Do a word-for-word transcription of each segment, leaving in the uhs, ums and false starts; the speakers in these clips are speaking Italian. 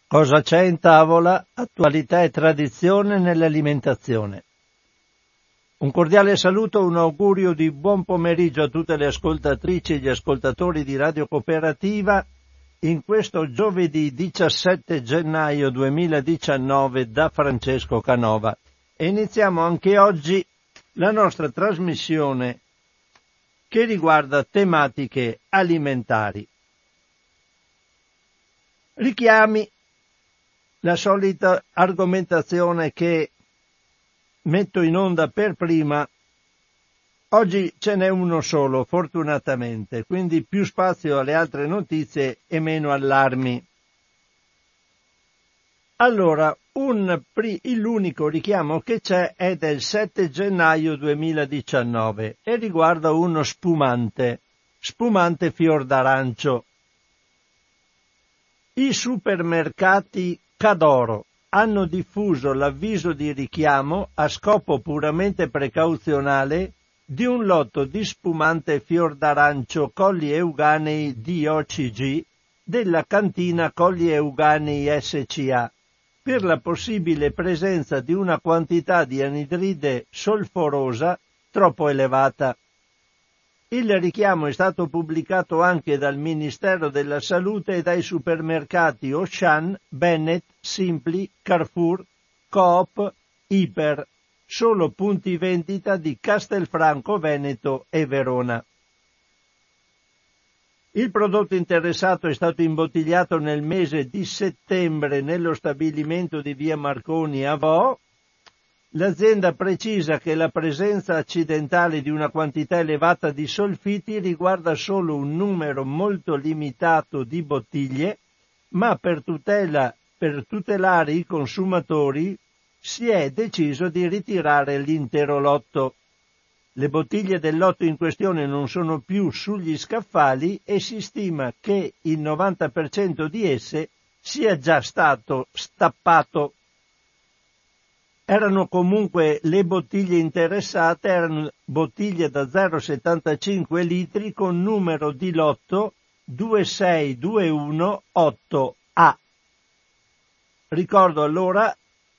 Cosa c'è in tavola? Attualità e tradizione nell'alimentazione. Un cordiale saluto, un augurio di buon pomeriggio a tutte le ascoltatrici e gli ascoltatori di Radio Cooperativa in questo giovedì diciassette gennaio duemiladiciannove da Francesco Canova. E iniziamo anche oggi la nostra trasmissione che riguarda tematiche alimentari. Richiami la solita argomentazione che metto in onda per prima. Oggi ce n'è uno solo, fortunatamente, quindi più spazio alle altre notizie e meno allarmi. Allora, un, l'unico richiamo che c'è è del sette gennaio duemiladiciannove e riguarda uno spumante, spumante fior d'arancio. I supermercati Cadoro hanno diffuso l'avviso di richiamo a scopo puramente precauzionale di un lotto di spumante fior d'arancio Colli Euganei D O C G della cantina Colli Euganei S C A per la possibile presenza di una quantità di anidride solforosa troppo elevata. Il richiamo è stato pubblicato anche dal Ministero della Salute e dai supermercati Auchan, Bennett, Simply, Carrefour, Coop, Iper, solo punti vendita di Castelfranco Veneto e Verona. Il prodotto interessato è stato imbottigliato nel mese di settembre nello stabilimento di via Marconi a Vo. L'azienda precisa che la presenza accidentale di una quantità elevata di solfiti riguarda solo un numero molto limitato di bottiglie, ma per tutela, per tutelare i consumatori si è deciso di ritirare l'intero lotto. Le bottiglie del lotto in questione non sono più sugli scaffali e si stima che il novanta per cento di esse sia già stato stappato. Erano comunque le bottiglie interessate, erano bottiglie da zero virgola settantacinque litri con numero di lotto due sei due uno otto A. Ricordo allora,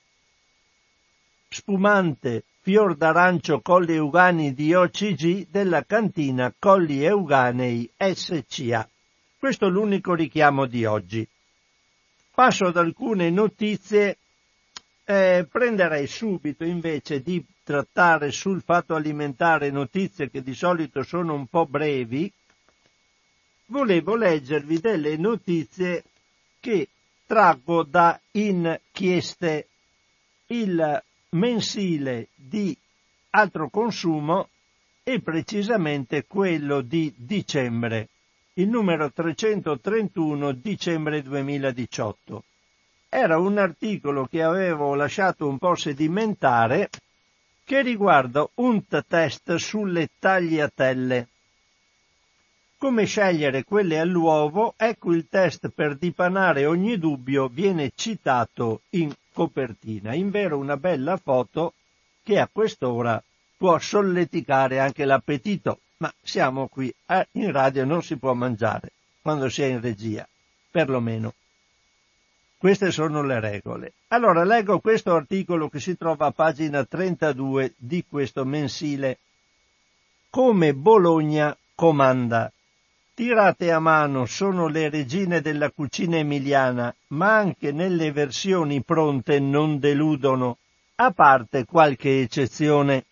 spumante fior d'arancio Colli Euganei D O C G della cantina Colli Euganei S C A. Questo è l'unico richiamo di oggi. Passo ad alcune notizie. Eh, prenderei subito invece di trattare sul fatto alimentare notizie che di solito sono un po' brevi. Volevo leggervi delle notizie che traggo da Inchieste, il mensile di altro consumo e precisamente quello di dicembre, il numero trecentotrentuno dicembre duemiladiciotto. Era un articolo che avevo lasciato un po' sedimentare che riguarda un test sulle tagliatelle. Come scegliere quelle all'uovo? Ecco il test per dipanare ogni dubbio, viene citato in copertina. Invero una bella foto che a quest'ora può solleticare anche l'appetito, ma siamo qui, eh, in radio non si può mangiare quando si è in regia, perlomeno. Queste sono le regole. Allora leggo questo articolo che si trova a pagina trentadue di questo mensile. Come Bologna comanda. Tirate a mano sono le regine della cucina emiliana, ma anche nelle versioni pronte non deludono, a parte qualche eccezione.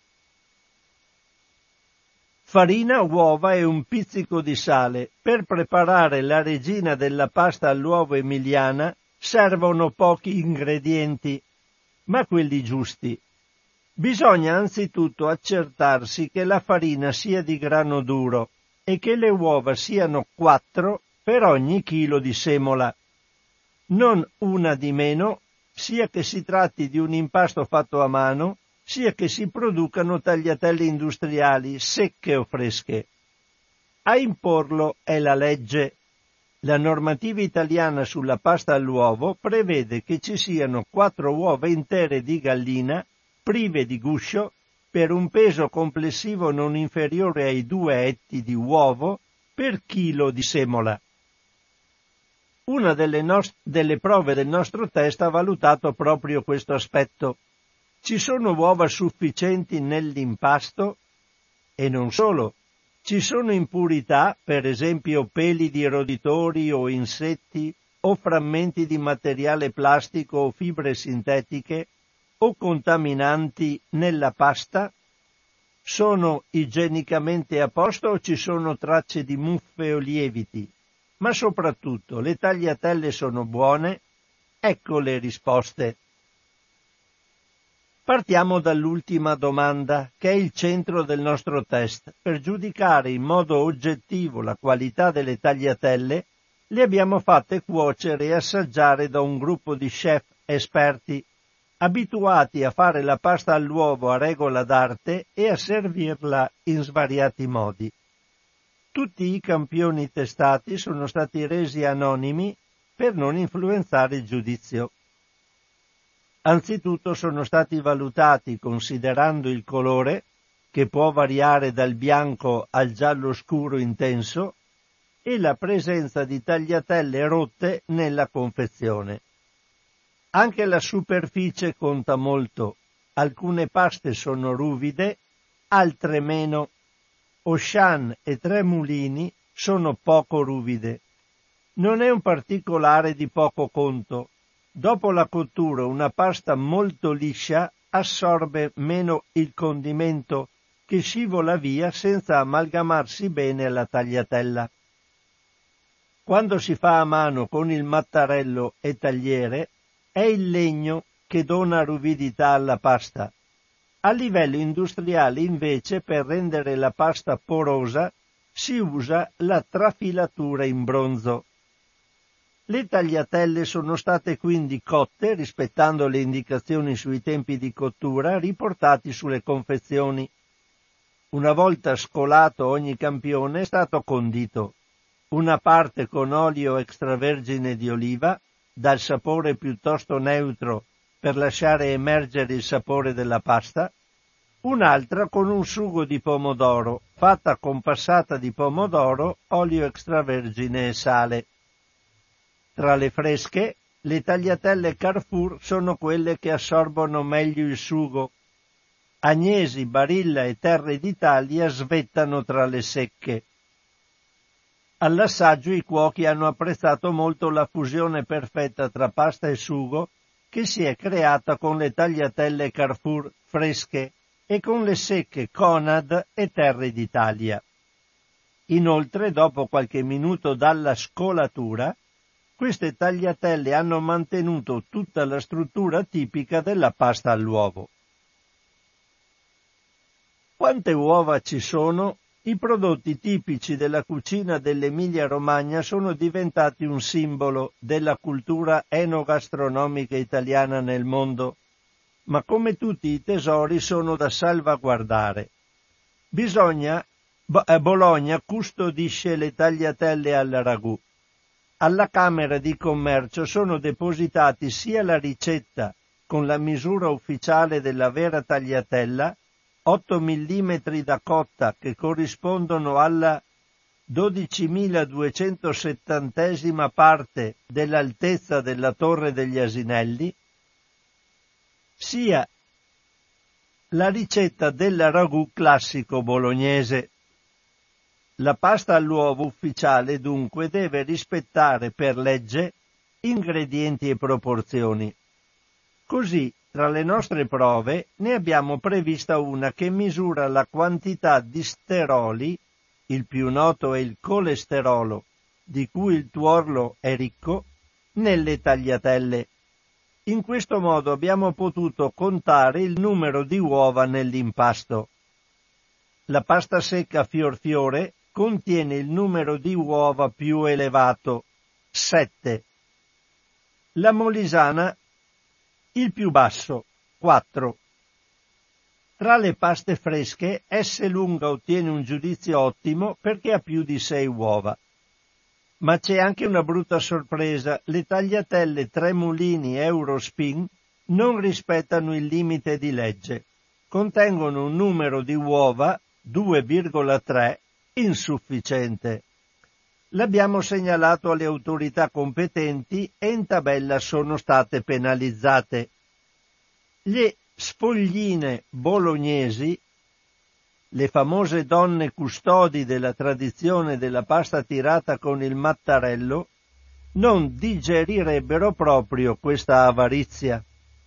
Farina, uova e un pizzico di sale. Per preparare la regina della pasta all'uovo emiliana servono pochi ingredienti, ma quelli giusti. Bisogna anzitutto accertarsi che la farina sia di grano duro e che le uova siano quattro per ogni chilo di semola. Non una di meno, sia che si tratti di un impasto fatto a mano, sia che si producano tagliatelle industriali, secche o fresche. A imporlo è la legge. La normativa italiana sulla pasta all'uovo prevede che ci siano quattro uova intere di gallina, prive di guscio, per un peso complessivo non inferiore ai due etti di uovo per chilo di semola. Una delle, nost- delle prove del nostro test ha valutato proprio questo aspetto. Ci sono uova sufficienti nell'impasto? E non solo. Ci sono impurità, per esempio peli di roditori o insetti, o frammenti di materiale plastico o fibre sintetiche, o contaminanti nella pasta? Sono igienicamente a posto o ci sono tracce di muffe o lieviti? Ma soprattutto, le tagliatelle sono buone? Ecco le risposte. Partiamo dall'ultima domanda, che è il centro del nostro test. Per giudicare in modo oggettivo la qualità delle tagliatelle, le abbiamo fatte cuocere e assaggiare da un gruppo di chef esperti, abituati a fare la pasta all'uovo a regola d'arte e a servirla in svariati modi. Tutti i campioni testati sono stati resi anonimi per non influenzare il giudizio. Anzitutto sono stati valutati considerando il colore, che può variare dal bianco al giallo scuro intenso, e la presenza di tagliatelle rotte nella confezione. Anche la superficie conta molto. Alcune paste sono ruvide, altre meno. Auchan e Tremolini sono poco ruvide. Non è un particolare di poco conto. Dopo la cottura una pasta molto liscia assorbe meno il condimento, che scivola via senza amalgamarsi bene alla tagliatella. Quando si fa a mano con il mattarello e tagliere, è il legno che dona ruvidità alla pasta. A livello industriale, invece, per rendere la pasta porosa, si usa la trafilatura in bronzo. Le tagliatelle sono state quindi cotte, rispettando le indicazioni sui tempi di cottura riportati sulle confezioni. Una volta scolato ogni campione è stato condito. Una parte con olio extravergine di oliva, dal sapore piuttosto neutro per lasciare emergere il sapore della pasta, un'altra con un sugo di pomodoro, fatta con passata di pomodoro, olio extravergine e sale. Tra le fresche, le tagliatelle Carrefour sono quelle che assorbono meglio il sugo. Agnesi, Barilla e Terre d'Italia svettano tra le secche. All'assaggio i cuochi hanno apprezzato molto la fusione perfetta tra pasta e sugo che si è creata con le tagliatelle Carrefour fresche e con le secche Conad e Terre d'Italia. Inoltre, dopo qualche minuto dalla scolatura, queste tagliatelle hanno mantenuto tutta la struttura tipica della pasta all'uovo. Quante uova ci sono? I prodotti tipici della cucina dell'Emilia-Romagna sono diventati un simbolo della cultura enogastronomica italiana nel mondo, ma come tutti i tesori sono da salvaguardare. Bisogna, Bologna custodisce le tagliatelle al ragù. Alla Camera di Commercio sono depositati sia la ricetta con la misura ufficiale della vera tagliatella, otto millimetri da cotta, che corrispondono alla dodicimiladuecentosettantesima parte dell'altezza della Torre degli Asinelli, sia la ricetta del ragù classico bolognese. La pasta all'uovo ufficiale dunque deve rispettare per legge ingredienti e proporzioni. Così, tra le nostre prove, ne abbiamo prevista una che misura la quantità di steroli, il più noto è il colesterolo, di cui il tuorlo è ricco, nelle tagliatelle. In questo modo abbiamo potuto contare il numero di uova nell'impasto. La pasta secca fior fiore contiene il numero di uova più elevato, sette. La molisana il più basso, quattro. Tra le paste fresche, S lunga ottiene un giudizio ottimo perché ha più di sei uova. Ma c'è anche una brutta sorpresa: le tagliatelle Tremolini Eurospin non rispettano il limite di legge. Contengono un numero di uova, due virgola tre, insufficiente. L'abbiamo segnalato alle autorità competenti e in tabella sono state penalizzate. Le sfogline bolognesi, le famose donne custodi della tradizione della pasta tirata con il mattarello, non digerirebbero proprio questa avarizia.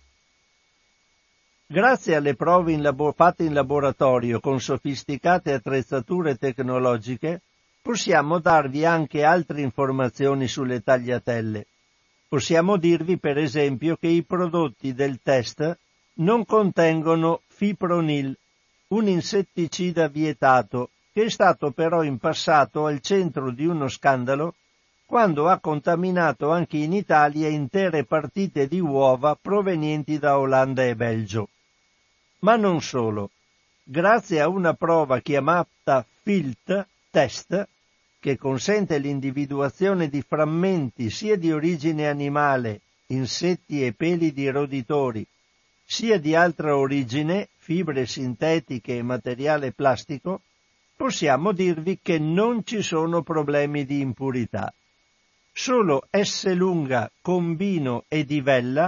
Grazie alle prove in labo- fatte in laboratorio con sofisticate attrezzature tecnologiche, possiamo darvi anche altre informazioni sulle tagliatelle. Possiamo dirvi, per esempio, che i prodotti del test non contengono fipronil, un insetticida vietato, che è stato però in passato al centro di uno scandalo quando ha contaminato anche in Italia intere partite di uova provenienti da Olanda e Belgio. Ma non solo. Grazie a una prova chiamata Filt Test, che consente l'individuazione di frammenti sia di origine animale, insetti e peli di roditori, sia di altra origine, fibre sintetiche e materiale plastico, possiamo dirvi che non ci sono problemi di impurità. Solo Esselunga, Combino e Divella,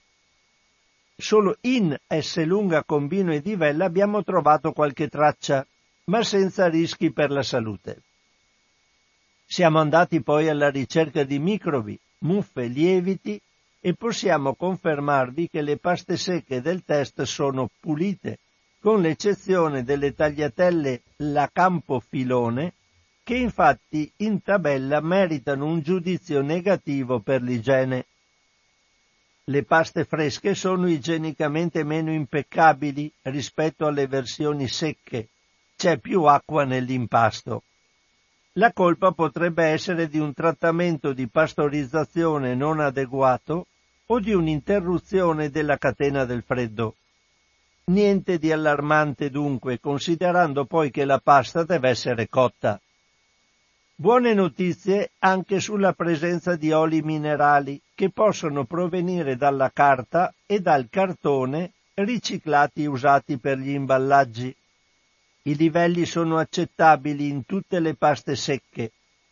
solo in Esselunga, Combino e Divella abbiamo trovato qualche traccia, ma senza rischi per la salute. Siamo andati poi alla ricerca di microbi, muffe, lieviti e possiamo confermarvi che le paste secche del test sono pulite, con l'eccezione delle tagliatelle La Campofilone, che infatti in tabella meritano un giudizio negativo per l'igiene. Le paste fresche sono igienicamente meno impeccabili rispetto alle versioni secche, c'è più acqua nell'impasto. La colpa potrebbe essere di un trattamento di pastorizzazione non adeguato o di un'interruzione della catena del freddo. Niente di allarmante dunque, considerando poi che la pasta deve essere cotta. Buone notizie anche sulla presenza di oli minerali che possono provenire dalla carta e dal cartone riciclati e usati per gli imballaggi. I livelli sono accettabili in tutte le paste secche.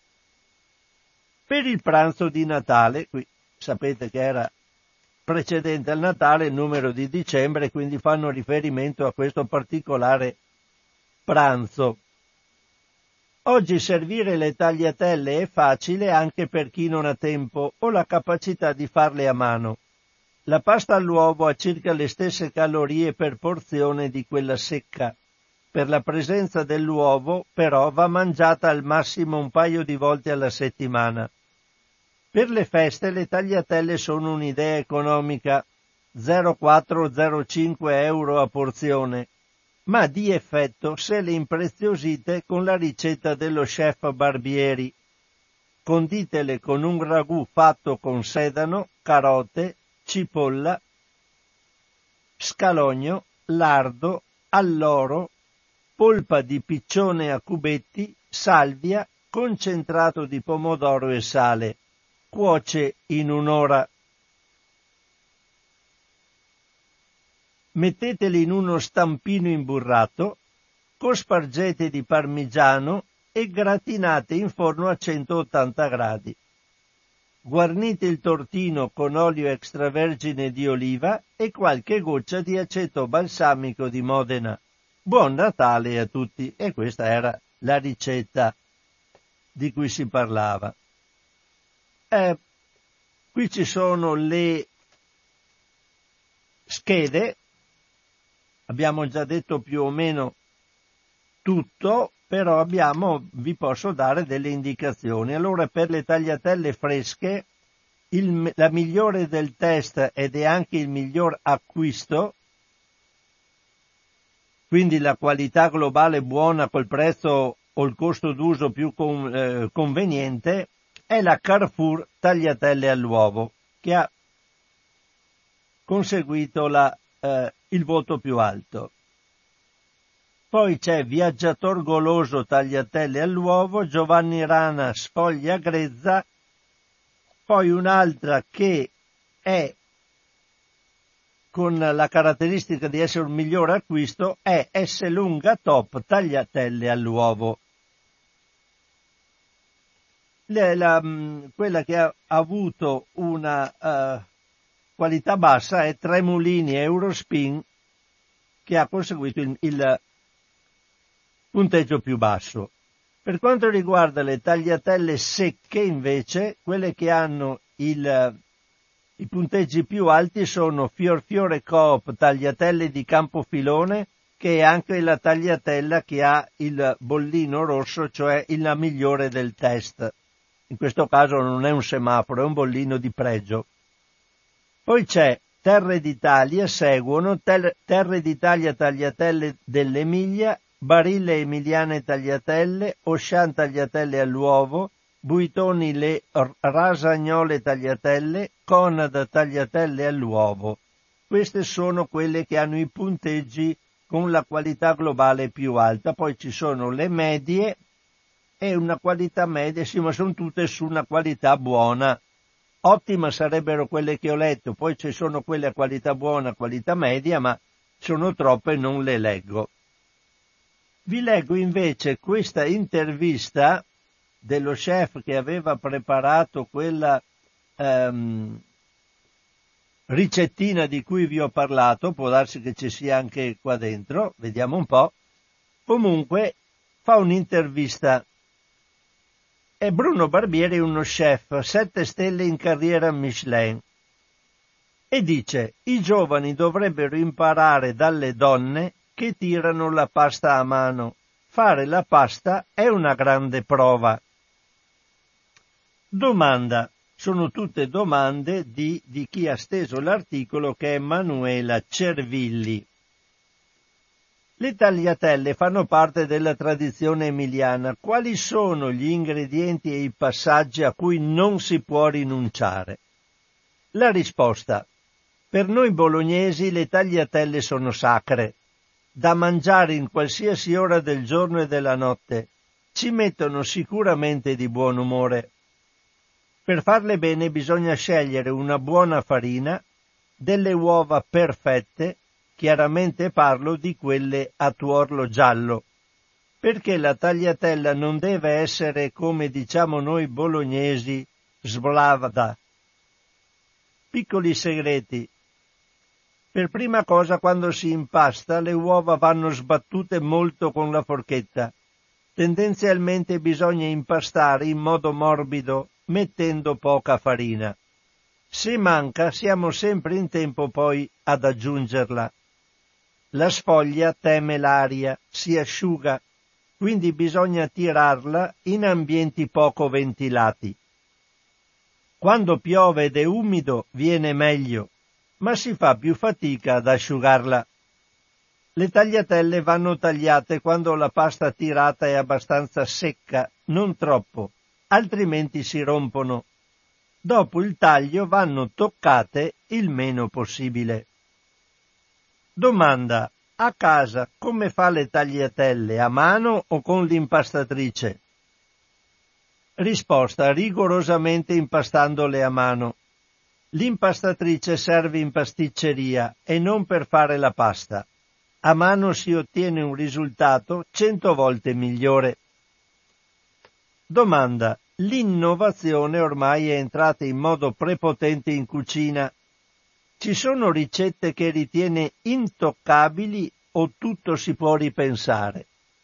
Per il pranzo di Natale, qui sapete che era precedente al Natale, il numero di dicembre, quindi fanno riferimento a questo particolare pranzo. Oggi servire le tagliatelle è facile anche per chi non ha tempo o la capacità di farle a mano. La pasta all'uovo ha circa le stesse calorie per porzione di quella secca. Per la presenza dell'uovo, però, va mangiata al massimo un paio di volte alla settimana. Per le feste le tagliatelle sono un'idea economica, zero virgola quattro zero virgola cinque euro a porzione, ma di effetto se le impreziosite con la ricetta dello chef Barbieri. Conditele con un ragù fatto con sedano, carote, cipolla, scalogno, lardo, alloro, polpa di piccione a cubetti, salvia, concentrato di pomodoro e sale. Cuoce in un'ora. Metteteli in uno stampino imburrato, cospargete di parmigiano e gratinate in forno a centottanta gradi. Guarnite il tortino con olio extravergine di oliva e qualche goccia di aceto balsamico di Modena. Buon Natale a tutti! E questa era la ricetta di cui si parlava. Eh, qui ci sono le schede, abbiamo già detto più o meno tutto, però abbiamo, vi posso dare delle indicazioni. Allora, per le tagliatelle fresche, il, la migliore del test ed è anche il miglior acquisto, quindi la qualità globale buona col prezzo o il costo d'uso più con, eh, conveniente, è la Carrefour tagliatelle all'uovo, che ha conseguito la, eh, il voto più alto. Poi c'è Viaggiator Goloso tagliatelle all'uovo, Giovanni Rana sfoglia grezza, poi un'altra che è con la caratteristica di essere un migliore acquisto è Esselunga Top tagliatelle all'uovo. Le, la, quella che ha avuto una uh, qualità bassa è Tremolini Eurospin, che ha conseguito il, il punteggio più basso. Per quanto riguarda le tagliatelle secche, invece, quelle che hanno il, i punteggi più alti sono Fior Fiore Coop tagliatelle di Campofilone, che è anche la tagliatella che ha il bollino rosso, cioè la migliore del test. In questo caso non è un semaforo, è un bollino di pregio. Poi c'è Terre d'Italia, seguono ter- Terre d'Italia tagliatelle dell'Emilia, Barille Emiliane tagliatelle, Auchan tagliatelle all'uovo, Buitoni le Rasagnole tagliatelle, Conad tagliatelle all'uovo. Queste sono quelle che hanno i punteggi con la qualità globale più alta. Poi ci sono le medie e una qualità media, sì, ma sono tutte su una qualità buona. Ottima sarebbero quelle che ho letto, poi ci sono quelle a qualità buona, qualità media, ma sono troppe, non le leggo. Vi leggo invece questa intervista dello chef che aveva preparato quella ehm, ricettina di cui vi ho parlato, può darsi che ci sia anche qua dentro, vediamo un po'. Comunque fa un'intervista. E Bruno Barbieri è uno chef, sette stelle in carriera Michelin. E dice, i giovani dovrebbero imparare dalle donne che tirano la pasta a mano. Fare la pasta è una grande prova. Domanda. Sono tutte domande di, di chi ha steso l'articolo, che è Manuela Cervilli. Le tagliatelle fanno parte della tradizione emiliana. Quali sono gli ingredienti e i passaggi a cui non si può rinunciare? La risposta. Per noi bolognesi le tagliatelle sono sacre, da mangiare in qualsiasi ora del giorno e della notte. Ci mettono sicuramente di buon umore. Per farle bene bisogna scegliere una buona farina, delle uova perfette, chiaramente parlo di quelle a tuorlo giallo, perché la tagliatella non deve essere, come diciamo noi bolognesi, sblavada. Piccoli segreti. Per prima cosa, quando si impasta, le uova vanno sbattute molto con la forchetta. Tendenzialmente bisogna impastare in modo morbido, mettendo poca farina. Se manca, siamo sempre in tempo poi ad aggiungerla. La sfoglia teme l'aria, si asciuga, quindi bisogna tirarla in ambienti poco ventilati. Quando piove ed è umido viene meglio, ma si fa più fatica ad asciugarla. Le tagliatelle vanno tagliate quando la pasta tirata è abbastanza secca, non troppo, altrimenti si rompono. Dopo il taglio vanno toccate il meno possibile. Domanda. A casa come fa le tagliatelle, a mano o con l'impastatrice? Risposta. Rigorosamente impastandole a mano. L'impastatrice serve in pasticceria e non per fare la pasta. A mano si ottiene un risultato cento volte migliore. Domanda. L'innovazione ormai è entrata in modo prepotente in cucina. Ci sono ricette che ritiene intoccabili o tutto si può ripensare?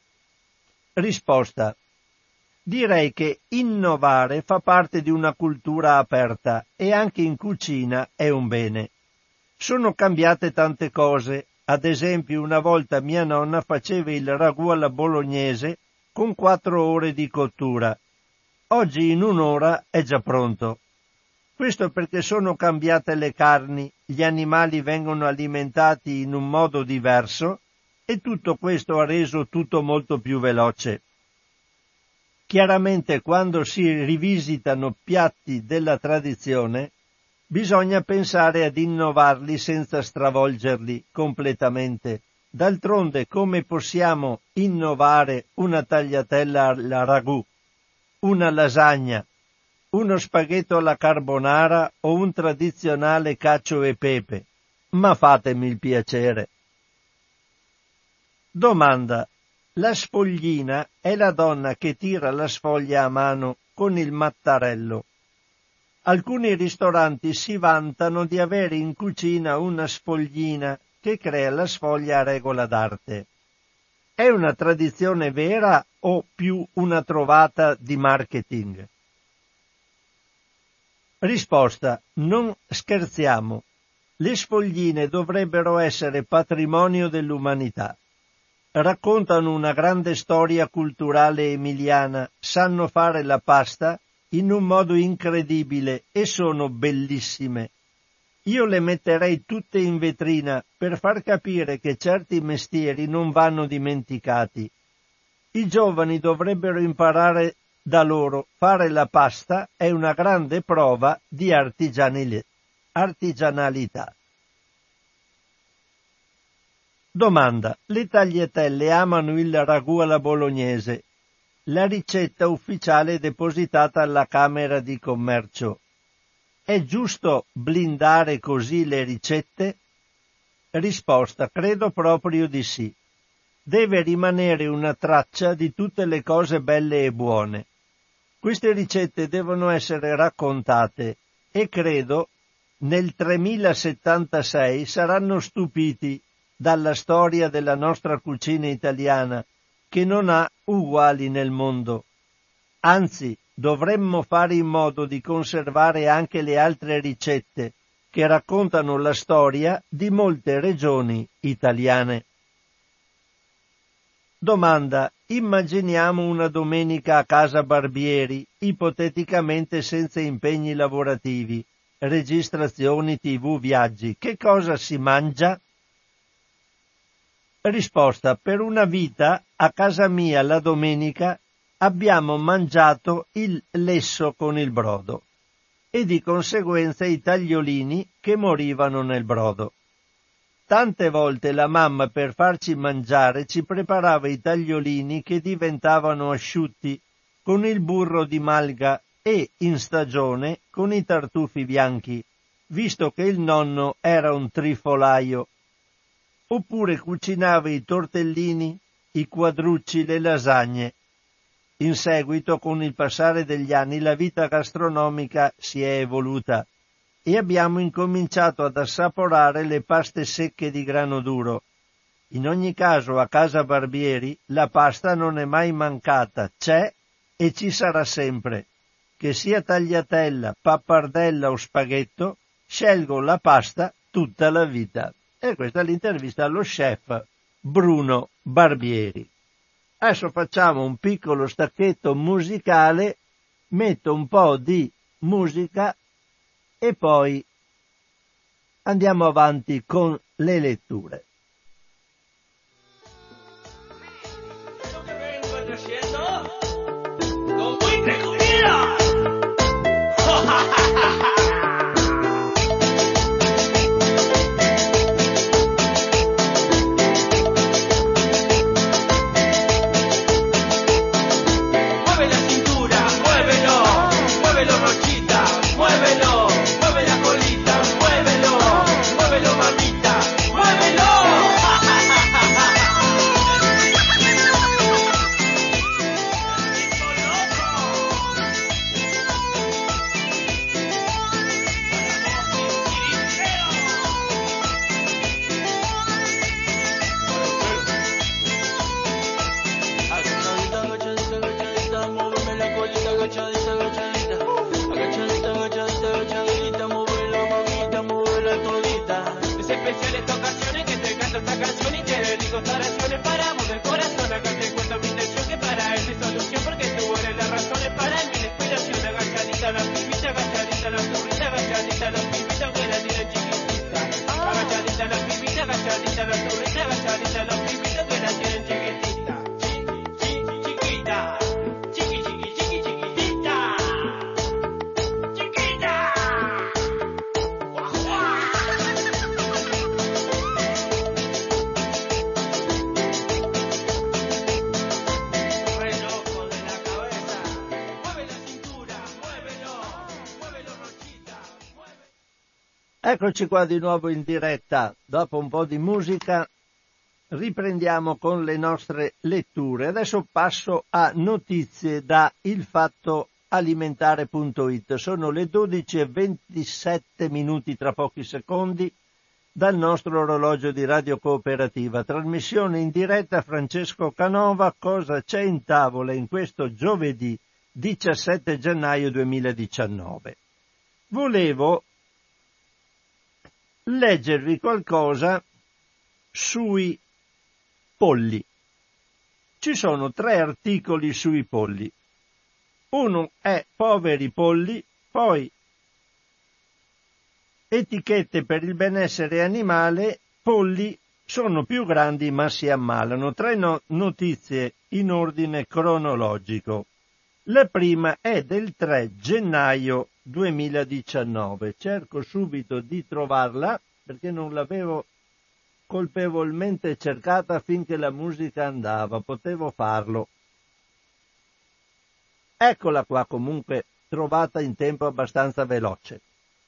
Risposta. Direi che innovare fa parte di una cultura aperta e anche in cucina è un bene. Sono cambiate tante cose. Ad esempio, una volta mia nonna faceva il ragù alla bolognese con quattro ore di cottura. Oggi in un'ora è già pronto. Questo perché sono cambiate le carni, gli animali vengono alimentati in un modo diverso e tutto questo ha reso tutto molto più veloce. Chiaramente quando si rivisitano piatti della tradizione bisogna pensare ad innovarli senza stravolgerli completamente. D'altronde come possiamo innovare una tagliatella alla ragù, una lasagna, uno spaghetto alla carbonara o un tradizionale cacio e pepe? Ma fatemi il piacere. Domanda. La sfoglina è la donna che tira la sfoglia a mano con il mattarello. Alcuni ristoranti si vantano di avere in cucina una sfoglina che crea la sfoglia a regola d'arte. È una tradizione vera o più una trovata di marketing? Risposta: non scherziamo. Le sfogline dovrebbero essere patrimonio dell'umanità. Raccontano una grande storia culturale emiliana, sanno fare la pasta in un modo incredibile e sono bellissime. Io le metterei tutte in vetrina per far capire che certi mestieri non vanno dimenticati. I giovani dovrebbero imparare da loro. Fare la pasta è una grande prova di artigianalità. Domanda: le tagliatelle amano il ragù alla bolognese. La ricetta ufficiale è depositata alla Camera di Commercio. È giusto blindare così le ricette? Risposta: credo proprio di sì. Deve rimanere una traccia di tutte le cose belle e buone. Queste ricette devono essere raccontate e credo nel tremilasettantasei saranno stupiti dalla storia della nostra cucina italiana, che non ha uguali nel mondo. Anzi, dovremmo fare in modo di conservare anche le altre ricette che raccontano la storia di molte regioni italiane. Domanda: immaginiamo una domenica a casa Barbieri, ipoteticamente senza impegni lavorativi, registrazioni tivù, viaggi. Che cosa si mangia? Risposta: per una vita a casa mia la domenica abbiamo mangiato il lesso con il brodo e di conseguenza i tagliolini che morivano nel brodo. Tante volte la mamma, per farci mangiare, ci preparava i tagliolini che diventavano asciutti con il burro di malga e, in stagione, con i tartufi bianchi, visto che il nonno era un trifolaio. Oppure cucinava i tortellini, i quadrucci, le lasagne. In seguito, con il passare degli anni, la vita gastronomica si è evoluta e abbiamo incominciato ad assaporare le paste secche di grano duro. In ogni caso, a casa Barbieri la pasta non è mai mancata, c'è e ci sarà sempre. Che sia tagliatella, pappardella o spaghetto, scelgo la pasta tutta la vita. E questa è l'intervista allo chef Bruno Barbieri. Adesso facciamo un piccolo stacchetto musicale, metto un po' di musica e poi andiamo avanti con le letture. Eccoci qua di nuovo in diretta. Dopo un po' di musica riprendiamo con le nostre letture. Adesso passo a notizie da Il Fatto alimentare punto it. Sono le dodici e ventisette minuti tra pochi secondi dal nostro orologio di Radio Cooperativa. Trasmissione in diretta Francesco Canova. Cosa c'è in tavola in questo giovedì diciassette gennaio duemiladiciannove? Volevo leggervi qualcosa sui polli. Ci sono tre articoli sui polli. Uno è poveri polli, poi etichette per il benessere animale, polli sono più grandi ma si ammalano. Tre no- notizie in ordine cronologico. La prima è del tre gennaio duemiladiciannove. Cerco subito di trovarla perché non l'avevo colpevolmente cercata finché la musica andava, potevo farlo. Eccola qua, comunque trovata in tempo abbastanza veloce.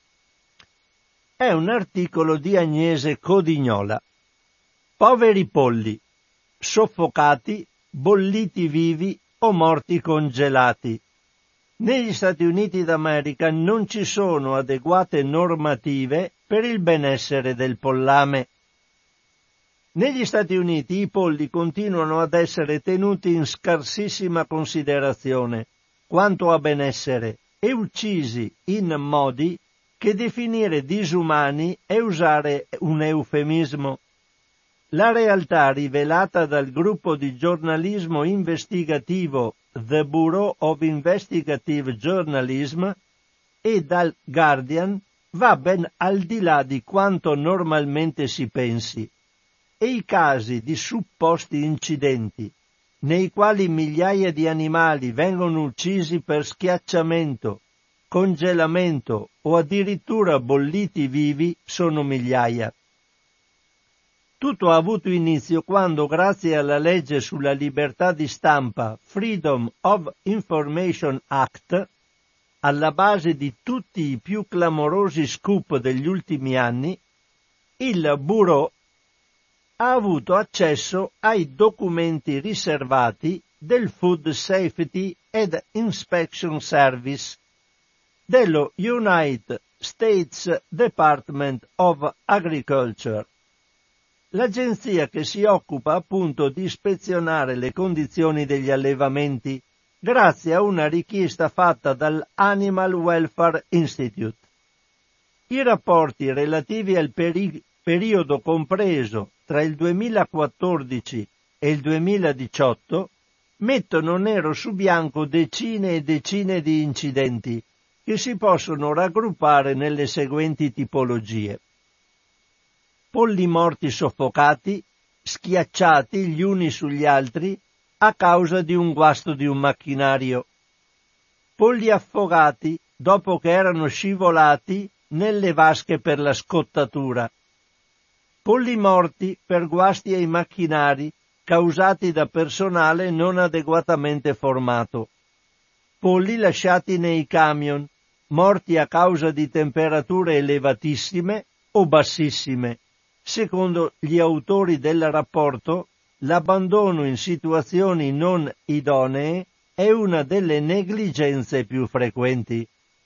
È un articolo di Agnese Codignola. Poveri polli, soffocati, bolliti vivi o morti congelati. Negli Stati Uniti d'America non ci sono adeguate normative per il benessere del pollame. Negli Stati Uniti i polli continuano ad essere tenuti in scarsissima considerazione quanto a benessere e uccisi in modi che definire disumani è usare un eufemismo. La realtà rivelata dal gruppo di giornalismo investigativo The Bureau of Investigative Journalism e dal Guardian va ben al di là di quanto normalmente si pensi. E i casi di supposti incidenti, nei quali migliaia di animali vengono uccisi per schiacciamento, congelamento o addirittura bolliti vivi, sono migliaia. Tutto ha avuto inizio quando, grazie alla legge sulla libertà di stampa Freedom of Information Act, alla base di tutti i più clamorosi scoop degli ultimi anni, il Bureau ha avuto accesso ai documenti riservati del Food Safety and Inspection Service, dello United States Department of Agriculture, l'agenzia che si occupa appunto di ispezionare le condizioni degli allevamenti grazie a una richiesta fatta dall'Animal Welfare Institute. I rapporti relativi al peri- periodo compreso tra il duemilaquattordici e il duemiladiciotto mettono nero su bianco decine e decine di incidenti che si possono raggruppare nelle seguenti tipologie. Polli morti soffocati, schiacciati gli uni sugli altri a causa di un guasto di un macchinario. Polli affogati dopo che erano scivolati nelle vasche per la scottatura. Polli morti per guasti ai macchinari causati da personale non adeguatamente formato. Polli lasciati nei camion, morti a causa di temperature elevatissime o bassissime. Secondo gli autori del rapporto, l'abbandono in situazioni non idonee è una delle negligenze più frequenti.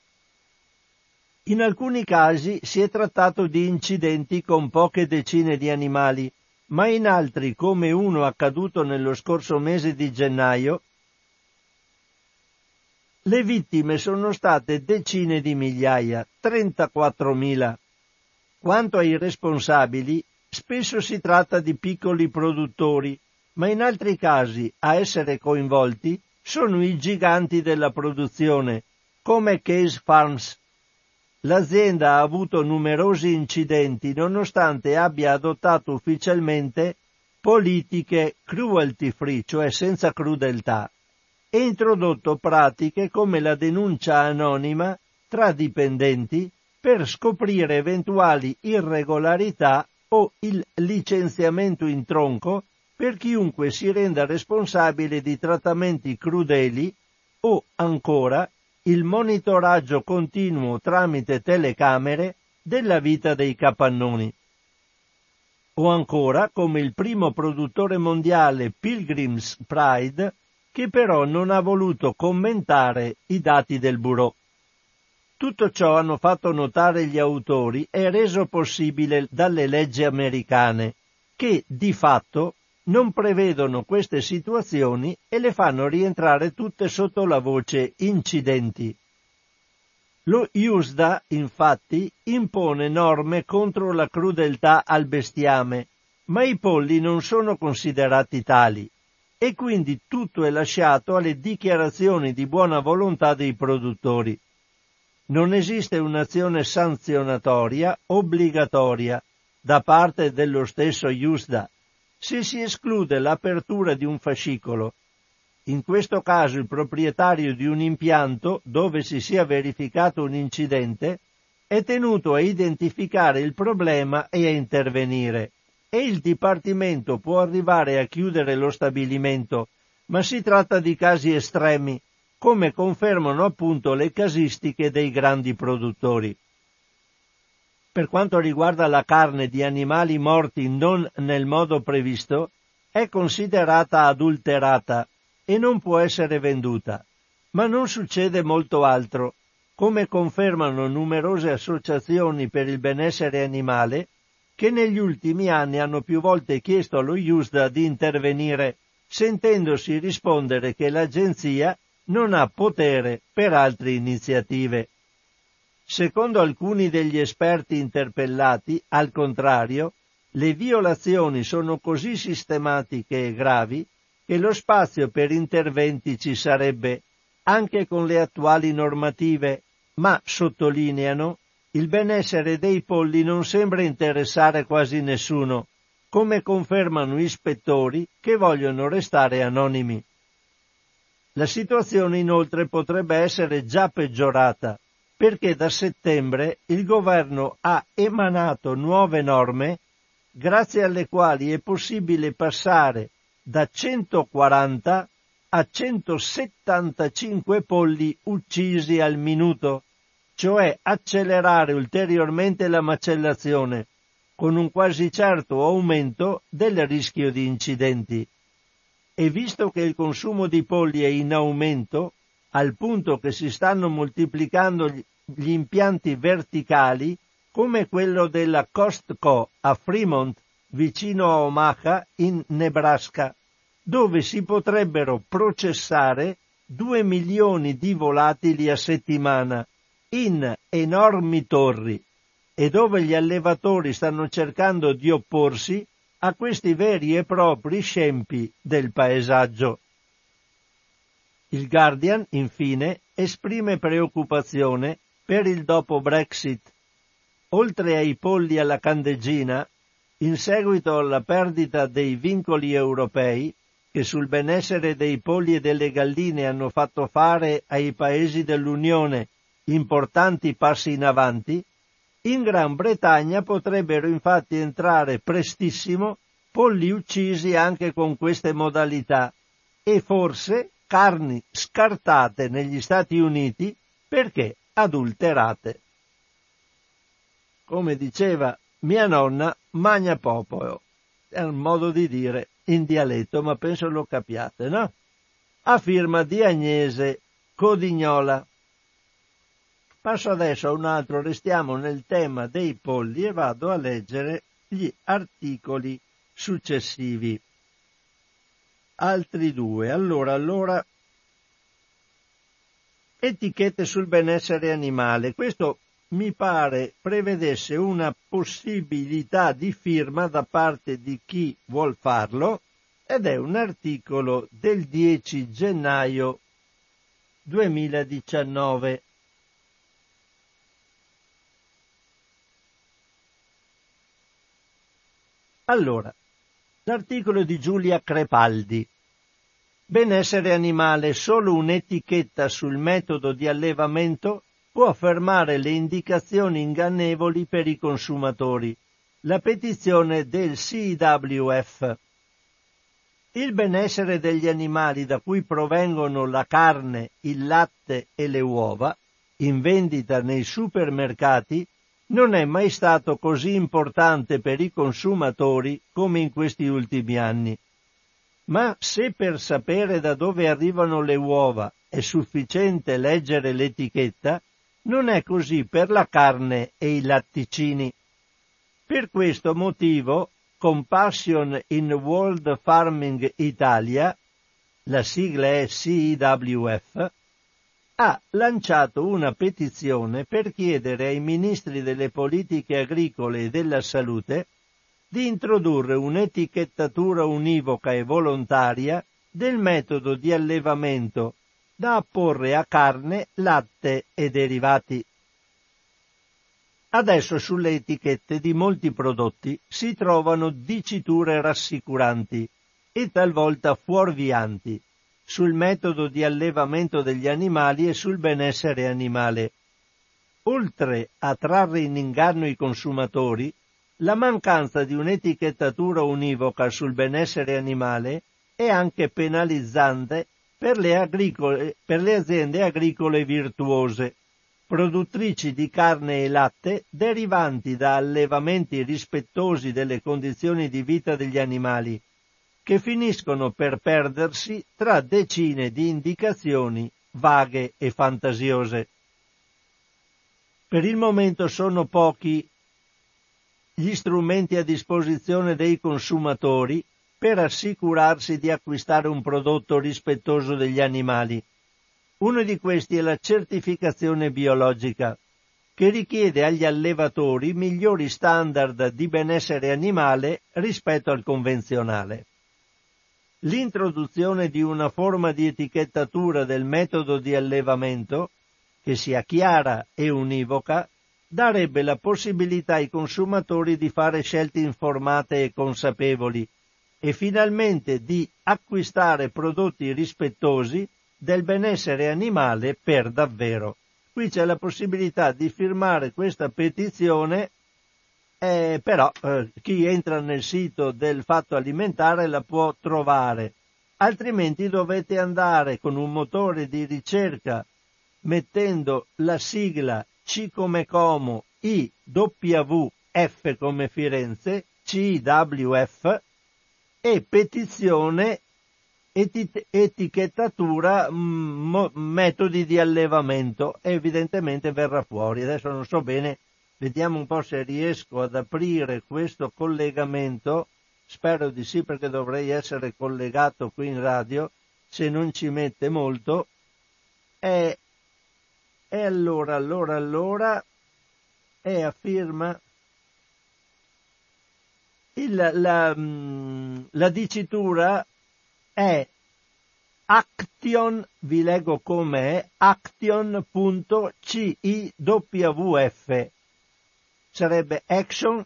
In alcuni casi si è trattato di incidenti con poche decine di animali, ma in altri, come uno accaduto nello scorso mese di gennaio, le vittime sono state decine di migliaia, trentaquattromila. Quanto ai responsabili, spesso si tratta di piccoli produttori, ma in altri casi a essere coinvolti sono i giganti della produzione, come Case Farms. L'azienda ha avuto numerosi incidenti nonostante abbia adottato ufficialmente politiche cruelty free, cioè senza crudeltà, e introdotto pratiche come la denuncia anonima tra dipendenti per scoprire eventuali irregolarità o il licenziamento in tronco per chiunque si renda responsabile di trattamenti crudeli o, ancora, il monitoraggio continuo tramite telecamere della vita dei capannoni. O ancora, come il primo produttore mondiale Pilgrim's Pride, che però non ha voluto commentare i dati del Bureau. Tutto ciò, hanno fatto notare gli autori, è reso possibile dalle leggi americane, che di fatto non prevedono queste situazioni e le fanno rientrare tutte sotto la voce incidenti. Lo U S D A, infatti, impone norme contro la crudeltà al bestiame, ma i polli non sono considerati tali, e quindi tutto è lasciato alle dichiarazioni di buona volontà dei produttori. Non esiste un'azione sanzionatoria obbligatoria da parte dello stesso U S D A, se si esclude l'apertura di un fascicolo. In questo caso il proprietario di un impianto dove si sia verificato un incidente è tenuto a identificare il problema e a intervenire, e il Dipartimento può arrivare a chiudere lo stabilimento, ma si tratta di casi estremi, come confermano appunto le casistiche dei grandi produttori. Per quanto riguarda la carne di animali morti non nel modo previsto, è considerata adulterata e non può essere venduta, ma non succede molto altro, come confermano numerose associazioni per il benessere animale che negli ultimi anni hanno più volte chiesto allo U S D A di intervenire, sentendosi rispondere che l'agenzia non ha potere per altre iniziative. Secondo alcuni degli esperti interpellati, al contrario, le violazioni sono così sistematiche e gravi che lo spazio per interventi ci sarebbe, anche con le attuali normative, ma, sottolineano, il benessere dei polli non sembra interessare quasi nessuno, come confermano ispettori che vogliono restare anonimi. La situazione inoltre potrebbe essere già peggiorata, perché da settembre il governo ha emanato nuove norme grazie alle quali è possibile passare da centoquaranta a centosettantacinque polli uccisi al minuto, cioè accelerare ulteriormente la macellazione, con un quasi certo aumento del rischio di incidenti. E visto che il consumo di polli è in aumento, al punto che si stanno moltiplicando gli impianti verticali, come quello della Costco a Fremont, vicino a Omaha, in Nebraska, dove si potrebbero processare due milioni di volatili a settimana, in enormi torri, e dove gli allevatori stanno cercando di opporsi a questi veri e propri scempi del paesaggio. Il Guardian, infine, esprime preoccupazione per il dopo Brexit. Oltre ai polli alla candeggina, in seguito alla perdita dei vincoli europei, che sul benessere dei polli e delle galline hanno fatto fare ai paesi dell'Unione importanti passi in avanti, in Gran Bretagna potrebbero infatti entrare prestissimo polli uccisi anche con queste modalità e forse carni scartate negli Stati Uniti perché adulterate. Come diceva mia nonna, magna popolo, è un modo di dire in dialetto, ma penso lo capiate, no? A firma di Agnese Codignola. Passo adesso a un altro, restiamo nel tema dei polli e vado a leggere gli articoli successivi. Altri due. Allora, allora, etichette sul benessere animale. Questo mi pare prevedesse una possibilità di firma da parte di chi vuol farlo, ed è un articolo del dieci gennaio duemiladiciannove. Allora, l'articolo di Giulia Crepaldi. Benessere animale, solo un'etichetta sul metodo di allevamento può affermare le indicazioni ingannevoli per i consumatori. La petizione del C W F. Il benessere degli animali da cui provengono la carne, il latte e le uova, in vendita nei supermercati, non è mai stato così importante per i consumatori come in questi ultimi anni. Ma se per sapere da dove arrivano le uova è sufficiente leggere l'etichetta, non è così per la carne e i latticini. Per questo motivo, Compassion in World Farming Italia, la sigla è C I W F, ha lanciato una petizione per chiedere ai ministri delle politiche agricole e della salute di introdurre un'etichettatura univoca e volontaria del metodo di allevamento da apporre a carne, latte e derivati. Adesso sulle etichette di molti prodotti si trovano diciture rassicuranti e talvolta fuorvianti sul metodo di allevamento degli animali e sul benessere animale. Oltre a trarre in inganno i consumatori, la mancanza di un'etichettatura univoca sul benessere animale è anche penalizzante per le, agricole, per le aziende agricole virtuose, produttrici di carne e latte derivanti da allevamenti rispettosi delle condizioni di vita degli animali, che finiscono per perdersi tra decine di indicazioni vaghe e fantasiose. Per il momento sono pochi gli strumenti a disposizione dei consumatori per assicurarsi di acquistare un prodotto rispettoso degli animali. Uno di questi è la certificazione biologica, che richiede agli allevatori migliori standard di benessere animale rispetto al convenzionale. L'introduzione di una forma di etichettatura del metodo di allevamento, che sia chiara e univoca, darebbe la possibilità ai consumatori di fare scelte informate e consapevoli e finalmente di acquistare prodotti rispettosi del benessere animale per davvero. Qui c'è la possibilità di firmare questa petizione, eh, però eh, chi entra nel sito del Fatto Alimentare la può trovare, altrimenti dovete andare con un motore di ricerca mettendo la sigla C come Como, I W F come Firenze, C I W F, e petizione eti- etichettatura m- metodi di allevamento, e evidentemente verrà fuori. Adesso non so bene, vediamo un po' se riesco ad aprire questo collegamento, spero di sì perché dovrei essere collegato qui in radio, se non ci mette molto, e E allora, allora, allora, è a firma, il, la, la dicitura è Action, vi leggo com'è, action.ciwf, sarebbe action,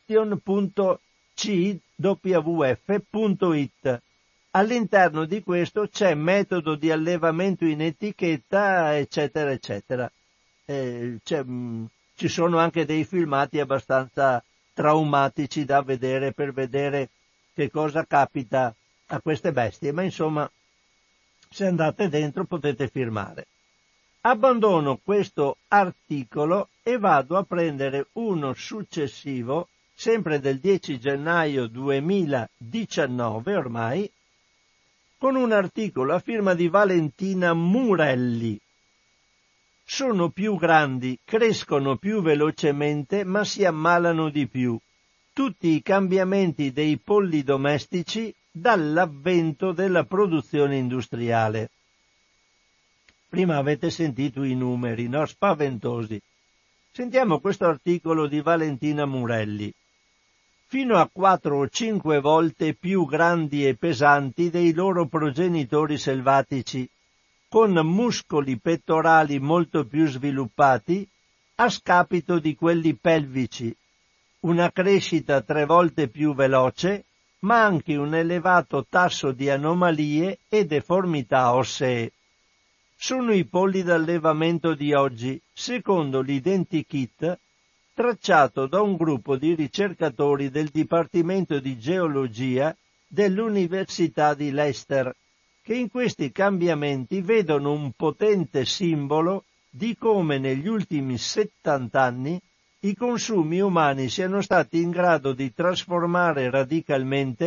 action.ciwf.it. All'interno di questo c'è metodo di allevamento in etichetta, eccetera, eccetera. Eh, c'è, mh, ci sono anche dei filmati abbastanza traumatici da vedere per vedere che cosa capita a queste bestie, ma insomma, se andate dentro potete firmare. Abbandono questo articolo e vado a prendere uno successivo, sempre del dieci gennaio duemiladiciannove ormai, con un articolo a firma di Valentina Murelli. Sono più grandi, crescono più velocemente, ma si ammalano di più. Tutti i cambiamenti dei polli domestici dall'avvento della produzione industriale. Prima avete sentito i numeri, no? Spaventosi. Sentiamo questo articolo di Valentina Murelli. Fino a quattro o cinque volte più grandi e pesanti dei loro progenitori selvatici, con muscoli pettorali molto più sviluppati a scapito di quelli pelvici, una crescita tre volte più veloce, ma anche un elevato tasso di anomalie e deformità ossee. Sono i polli d'allevamento di oggi, secondo l'identikit tracciato da un gruppo di ricercatori del Dipartimento di Geologia dell'Università di Leicester, che in questi cambiamenti vedono un potente simbolo di come negli ultimi settanta anni i consumi umani siano stati in grado di trasformare radicalmente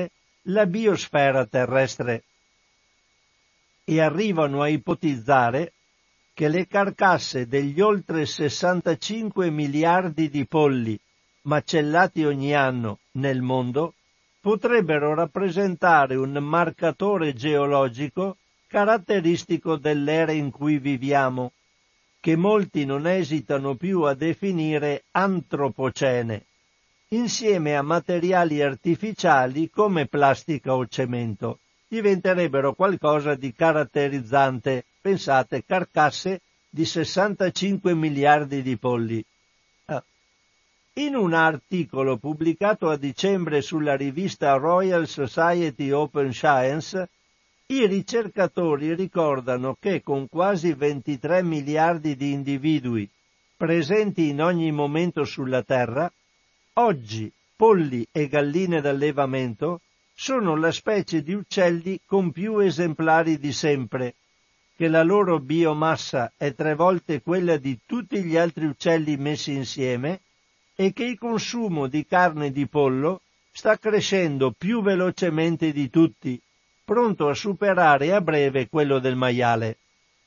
la biosfera terrestre e arrivano a ipotizzare che le carcasse degli oltre sessantacinque miliardi di polli macellati ogni anno nel mondo potrebbero rappresentare un marcatore geologico caratteristico dell'era in cui viviamo, che molti non esitano più a definire antropocene, insieme a materiali artificiali come plastica o cemento. Diventerebbero qualcosa di caratterizzante, pensate, carcasse di sessantacinque miliardi di polli. Ah. In un articolo pubblicato a dicembre sulla rivista Royal Society Open Science, i ricercatori ricordano che con quasi ventitré miliardi di individui presenti in ogni momento sulla Terra, oggi polli e galline d'allevamento sono la specie di uccelli con più esemplari di sempre, che la loro biomassa è tre volte quella di tutti gli altri uccelli messi insieme e che il consumo di carne di pollo sta crescendo più velocemente di tutti, pronto a superare a breve quello del maiale.